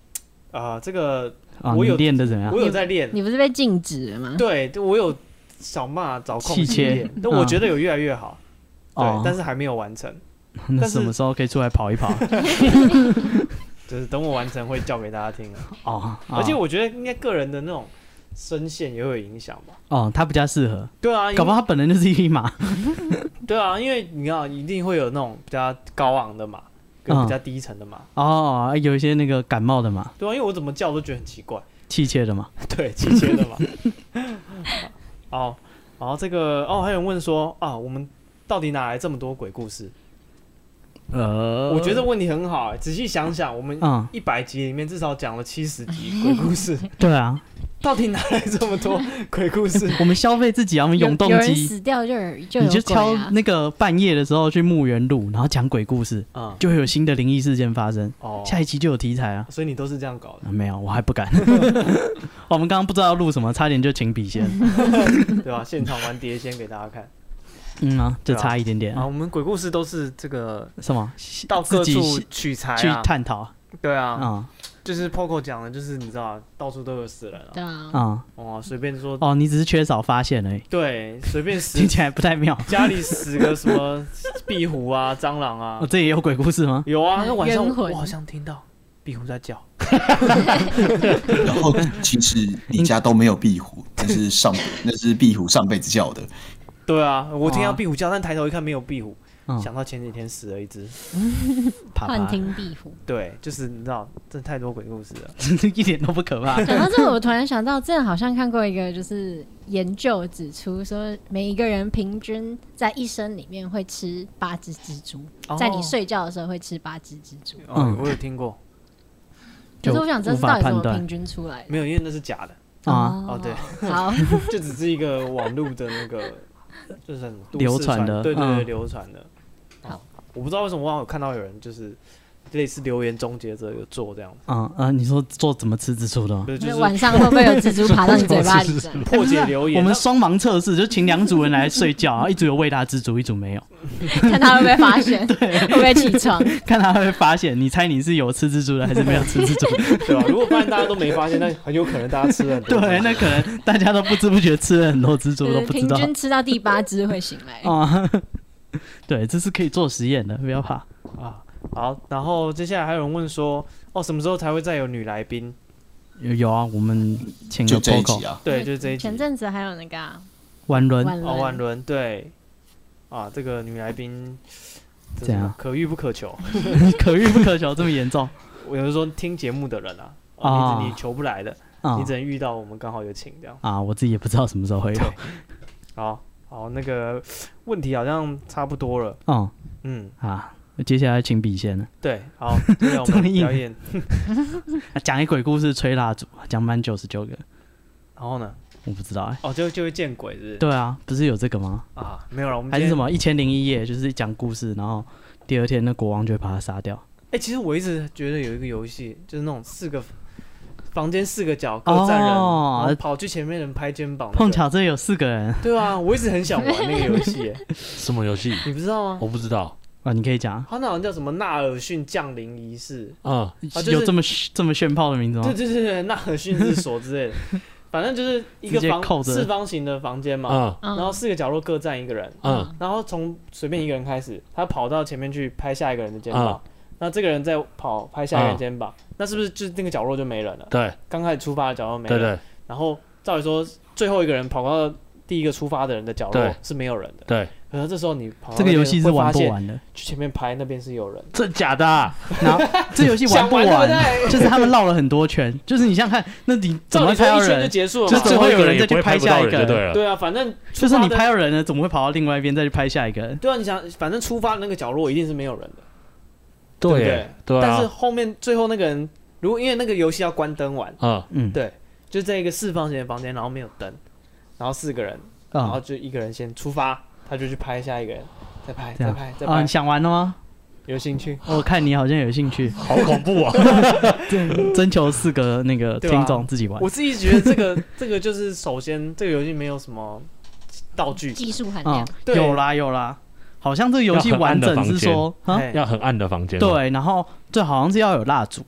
啊，这个我有练的怎样？ 我有在练。 你不是被禁止了吗？ 对，我有小骂找空隙练，但我觉得有越来越好。对，但是还没有完成。 那什么时候可以出来跑一跑？ 就是等我完成会叫给大家听哦。而且我觉得应该个人的那种声线也会有影响吧。 哦，他比较适合。 对啊， 搞不好他本人就是一匹马。 对啊，因为你知道一定会有那种比较高昂的马，跟比较低沉的马。 哦，有一些那个感冒的马。 对啊，因为我怎么叫都觉得很奇怪。 气切的马。 对，气切的马。好，然后这个哦，还有人问说啊，我们到底哪来这么多鬼故事？呃，我觉得问题很好哎、欸，仔细想想，我们一百集里面至少讲了七十集鬼故事。 对啊， 到底哪来这么多鬼故事？ 我们消费自己啊，我们永动机。 有人死掉就有就有、啊、 你就敲那个半夜的时候去墓园路，然后讲鬼故事，嗯，就会有新的灵异事件发生。哦，下一期就有题材啊。 所以你都是这样搞的？ 啊、没有，我还不敢。我们刚刚不知道要录什么，差点就请笔仙。 对吧？现场玩碟仙给大家看。 嗯啊，就差一点点啊。我们鬼故事都是这个什么， 到各处取材、啊、 去探讨。 对啊，嗯，就是 Poco 讲的，就是你知道，到处都有死人啊。 对啊。 嗯， 哦，随便说。 哦，你只是缺少发现而已。 对，随便死。 听起来不太妙。 家里死个什么壁虎啊、蟑螂啊。 哦，这也有鬼故事吗？ 有啊，那晚上我好像听到壁虎在叫。 然后其实你家都没有壁虎，那是上那是壁虎上辈子叫的。 对啊，我听到壁虎叫，但抬头一看没有壁虎，嗯、想到前几天死了一只， 幻听壁虎。 对，就是你知道，这太多鬼故事了， 一点都不可怕。 讲到这个，我突然想到，之前好像看过一个，就是研究指出说，每一个人平均在一生里面会吃八只蜘蛛，哦、在你睡觉的时候会吃八只蜘蛛。 嗯，我有听过。 可是我想知道到底怎么平均出来的？ 没有，因为那是假的。啊，哦，对， 好， 就只是一个网络的那个。就是很流传的， 对对对，流传的。好，我不知道为什么我有看到有人就是类似留言终结者有做这样子。 嗯嗯，你说做怎么吃蜘蛛的吗？ 就是晚上会不会有蜘蛛爬到你嘴巴里？ 破解留言。 我们双盲测试，就请两组人来睡觉，然后一组有喂大蜘蛛，一组没有， 看他会不会发现，对，会不会起床？ 看他会不会发现，你猜你是有吃蜘蛛的还是没有吃蜘蛛？ 对吧？如果发现大家都没发现，那很有可能大家吃了很多。 对，那可能大家都不知不觉吃了很多蜘蛛，都不知道。 平均吃到第八只会醒来。 啊，对，这是可以做实验的，不要怕啊。好，然后接下来还有人问说，哦，什么时候才会再有女来宾？ 有有啊，我们请了 Poco 啊， 对，就是这一集。 前阵子还有那个婉伦， 哦，婉伦，对，啊，这个女来宾怎样？可遇不可求， 可遇不可求，这么严重？ 我有人说听节目的人啊，哦，你你求不来的，你只能遇到我们刚好有请这样。 啊，我自己也不知道什么时候会有。 好好，那个问题好像差不多了。 嗯嗯啊。接下来请笔仙了。 对，好，接下来我们表演。 讲一鬼故事，吹蜡烛，讲满九十九个。 然后呢？ 我不知道哎、欸。 哦，就就会见鬼是不是？ 对啊，不是有这个吗？ 啊，没有了。我们还是什么一千零一夜，就是讲故事，然后第二天那国王就会把他杀掉。 哎、欸，其实我一直觉得有一个游戏，就是那种四个房间四个角各站人，哦、然后跑去前面人拍肩膀、那個。 碰巧这有四个人。 对啊，我一直很想玩那个游戏、欸。 什么游戏？ 你不知道吗？ 我不知道。 啊，你可以讲， 他那好像叫什么纳尔逊降临仪式， 嗯，啊就是、有这么这么炫炮的名字吗？ 对对对对，纳尔逊之所之类的，反正就是一个房四方形的房间嘛，嗯，然后四个角落各站一个人，嗯，然后从随便一个人开始，他跑到前面去拍下一个人的肩膀，嗯、那这个人再跑拍下一个人肩膀，嗯、那是不是就是那个角落就没人了？ 对， 刚开始出发的角落没人， 对对， 然后照理说最后一个人跑到第一个出发的人的角落是没有人的， 对。 可是这时候你跑到这个游戏是玩不完的， 去前面拍那边是有人， 真假的、啊？ 然后这游戏玩不完， 玩对对就是他们绕了很多圈，就是你想看，那你怎么拍到人就结束了， 就最后有人再去拍下一个， 对对啊，反正就是你拍到人了，怎么会跑到另外一边再去拍下一个人？ 对啊，你想，反正出发的那个角落一定是没有人的， 对不对？ 对啊。 但是后面最后那个人，如果因为那个游戏要关灯玩， 嗯嗯， 对，就在一个四方形的房间，然后没有灯，然后四个人，然后就一个人先出发。他就去拍下一个人，再拍，再拍，再拍。 啊，你想玩了吗？ 有兴趣？ 我看你好像有兴趣， 好恐怖啊！ 征求四个那个听众自己玩。 我自己觉得这个这个就是首先这个游戏没有什么道具技术含量， 有啦有啦，好像这个游戏完整是说要很暗的房间， 对，然后这好像是要有蜡烛。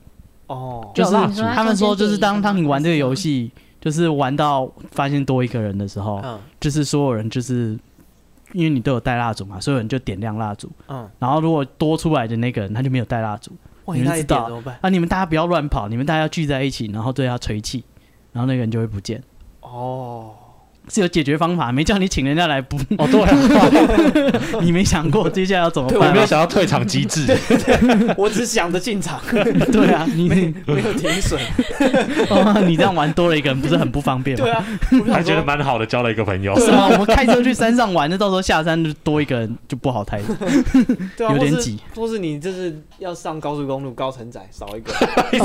哦，就是他们说，就是当当你玩这个游戏，就是玩到发现多一个人的时候，嗯，就是所有人就是因为你都有带蜡烛嘛，所有人就点亮蜡烛，嗯，然后如果多出来的那个人他就没有带蜡烛， 你们知道啊？你们大家不要乱跑，你们大家要聚在一起，然后对他吹气，然后那个人就会不见。哦。是有解决方法，没叫你请人家来补。 哦，对啊， 你没想过接下来要怎么办？ 我没有想到退场机制， 对对，我只想着进场。 对啊，你没没有停损。 哦，你这样玩多了一个人，不是很不方便吗？ 对啊， 还觉得蛮好的，交了一个朋友。 是吗？我们开车去山上玩，那到时候下山就多一个人就不好抬， 对啊， 有点挤。 或是你就是要上高速公路高承载，少一个。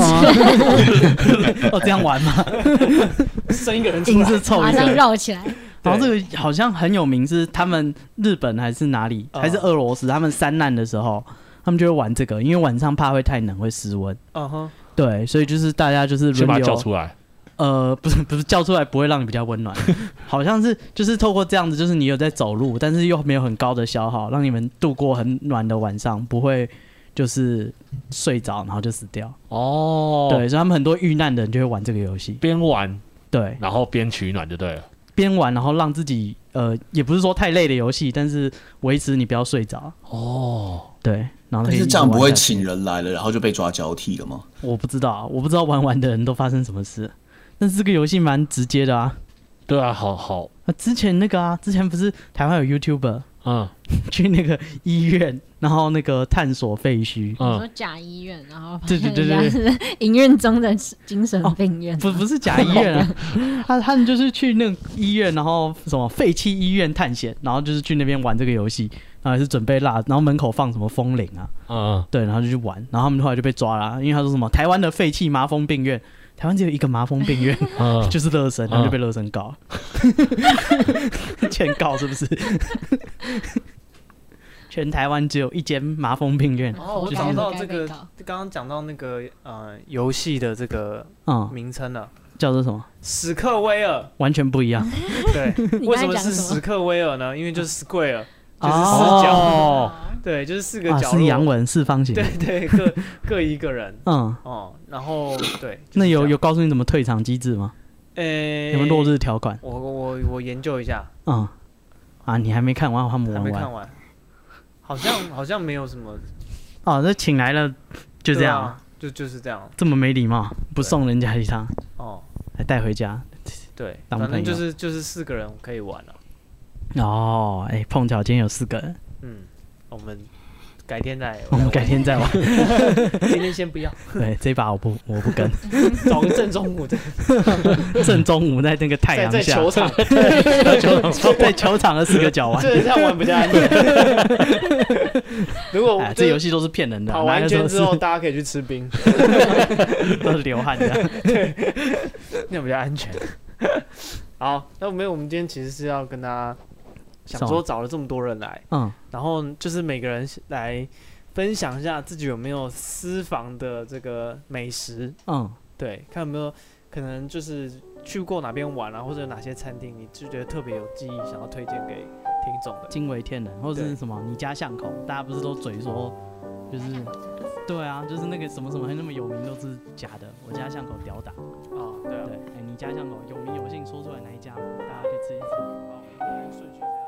哦，这样玩吗？ 生一个人出来， 是凑一个，马上绕起来。 然后这个好像很有名，是他们日本还是哪里，还是俄罗斯？他们山难的时候，他们就会玩这个，因为晚上怕会太冷，会失温。嗯哼，对，所以就是大家就是轮流叫出来。 呃，不是不是叫出来不会让你比较温暖，好像是就是透过这样子，就是你有在走路，但是又没有很高的消耗，让你们度过很暖的晚上，不会就是睡着然后就死掉。哦，对，所以他们很多遇难的人就会玩这个游戏， 边玩对， 然后边取暖就对了。 边玩，然后让自己呃，也不是说太累的游戏，但是维持你不要睡着。哦，对，然后但是这样不会请人来了，然后就被抓交替了吗？ 我不知道，我不知道玩完的人都发生什么事。但是这个游戏蛮直接的啊。 对啊，好好。 啊，之前那个啊，之前不是台湾有 YouTuber， 嗯，去那个医院，然后那个探索废墟。 嗯，你说假医院，然后对对对对， 是营运中的精神病院。 哦、不不是假医院啊，他他们就是去那个医院，然后什么废弃医院探险，然后就是去那边玩这个游戏，然后也是准备蜡，然后门口放什么风铃啊，嗯，对，然后就去玩，然后他们后来就被抓了，因为他说什么台湾的废弃麻风病院。台湾只有一个麻风病院，就是乐神，然后就被乐神告，欠告是不是？全台湾只有一间麻风病院。 哦，我找到这个，刚刚讲到那个呃游戏的这个名称了， 叫做什么？ 史克威尔， 完全不一样。 对，为什么是史克威尔呢？因为就是 square， 就是四角。哦对，就是四个角落， 是阳文四方形。 对对，各各一个人。嗯哦，然后对， 那有有告诉你怎么退场机制吗？ 诶， 有没有落日条款？ 我我我研究一下。 嗯，啊，你还没看完，他们玩完？还没看完，好像好像没有什么。 哦，这请来了，就这样， 就就是这样， 这么没礼貌，不送人家一趟哦，还带回家。 对，反正就是就是四个人可以玩了。 哦，哎，碰巧今天有四个人。 嗯。我们改天再， 我们改天再玩。 今天先不要。 对，这把我不，我不跟。 找个正中午的。 正中午在那个太阳下。 在球场。 在球场，在球场的四个角玩。 这样玩比较安全。如果这游戏都是骗人的。 跑完圈之后，大家可以去吃冰。 都是流汗的。 对，那样比较安全。好，那没有，我们今天其实是要跟大家。想说找了这么多人来，嗯，然后就是每个人来分享一下自己有没有私房的这个美食，嗯，对，看有没有可能就是去过哪边玩啊，或者有哪些餐厅你就觉得特别有记忆，想要推荐给听众的， 惊为天人，或者是什么你家巷口，大家不是都嘴说，就是对啊，就是那个什么什么那么有名都是假的，我家巷口屌打啊，对啊， 对，哎，你家巷口有名有姓说出来哪一家，大家可以吃一吃，好，顺序这样。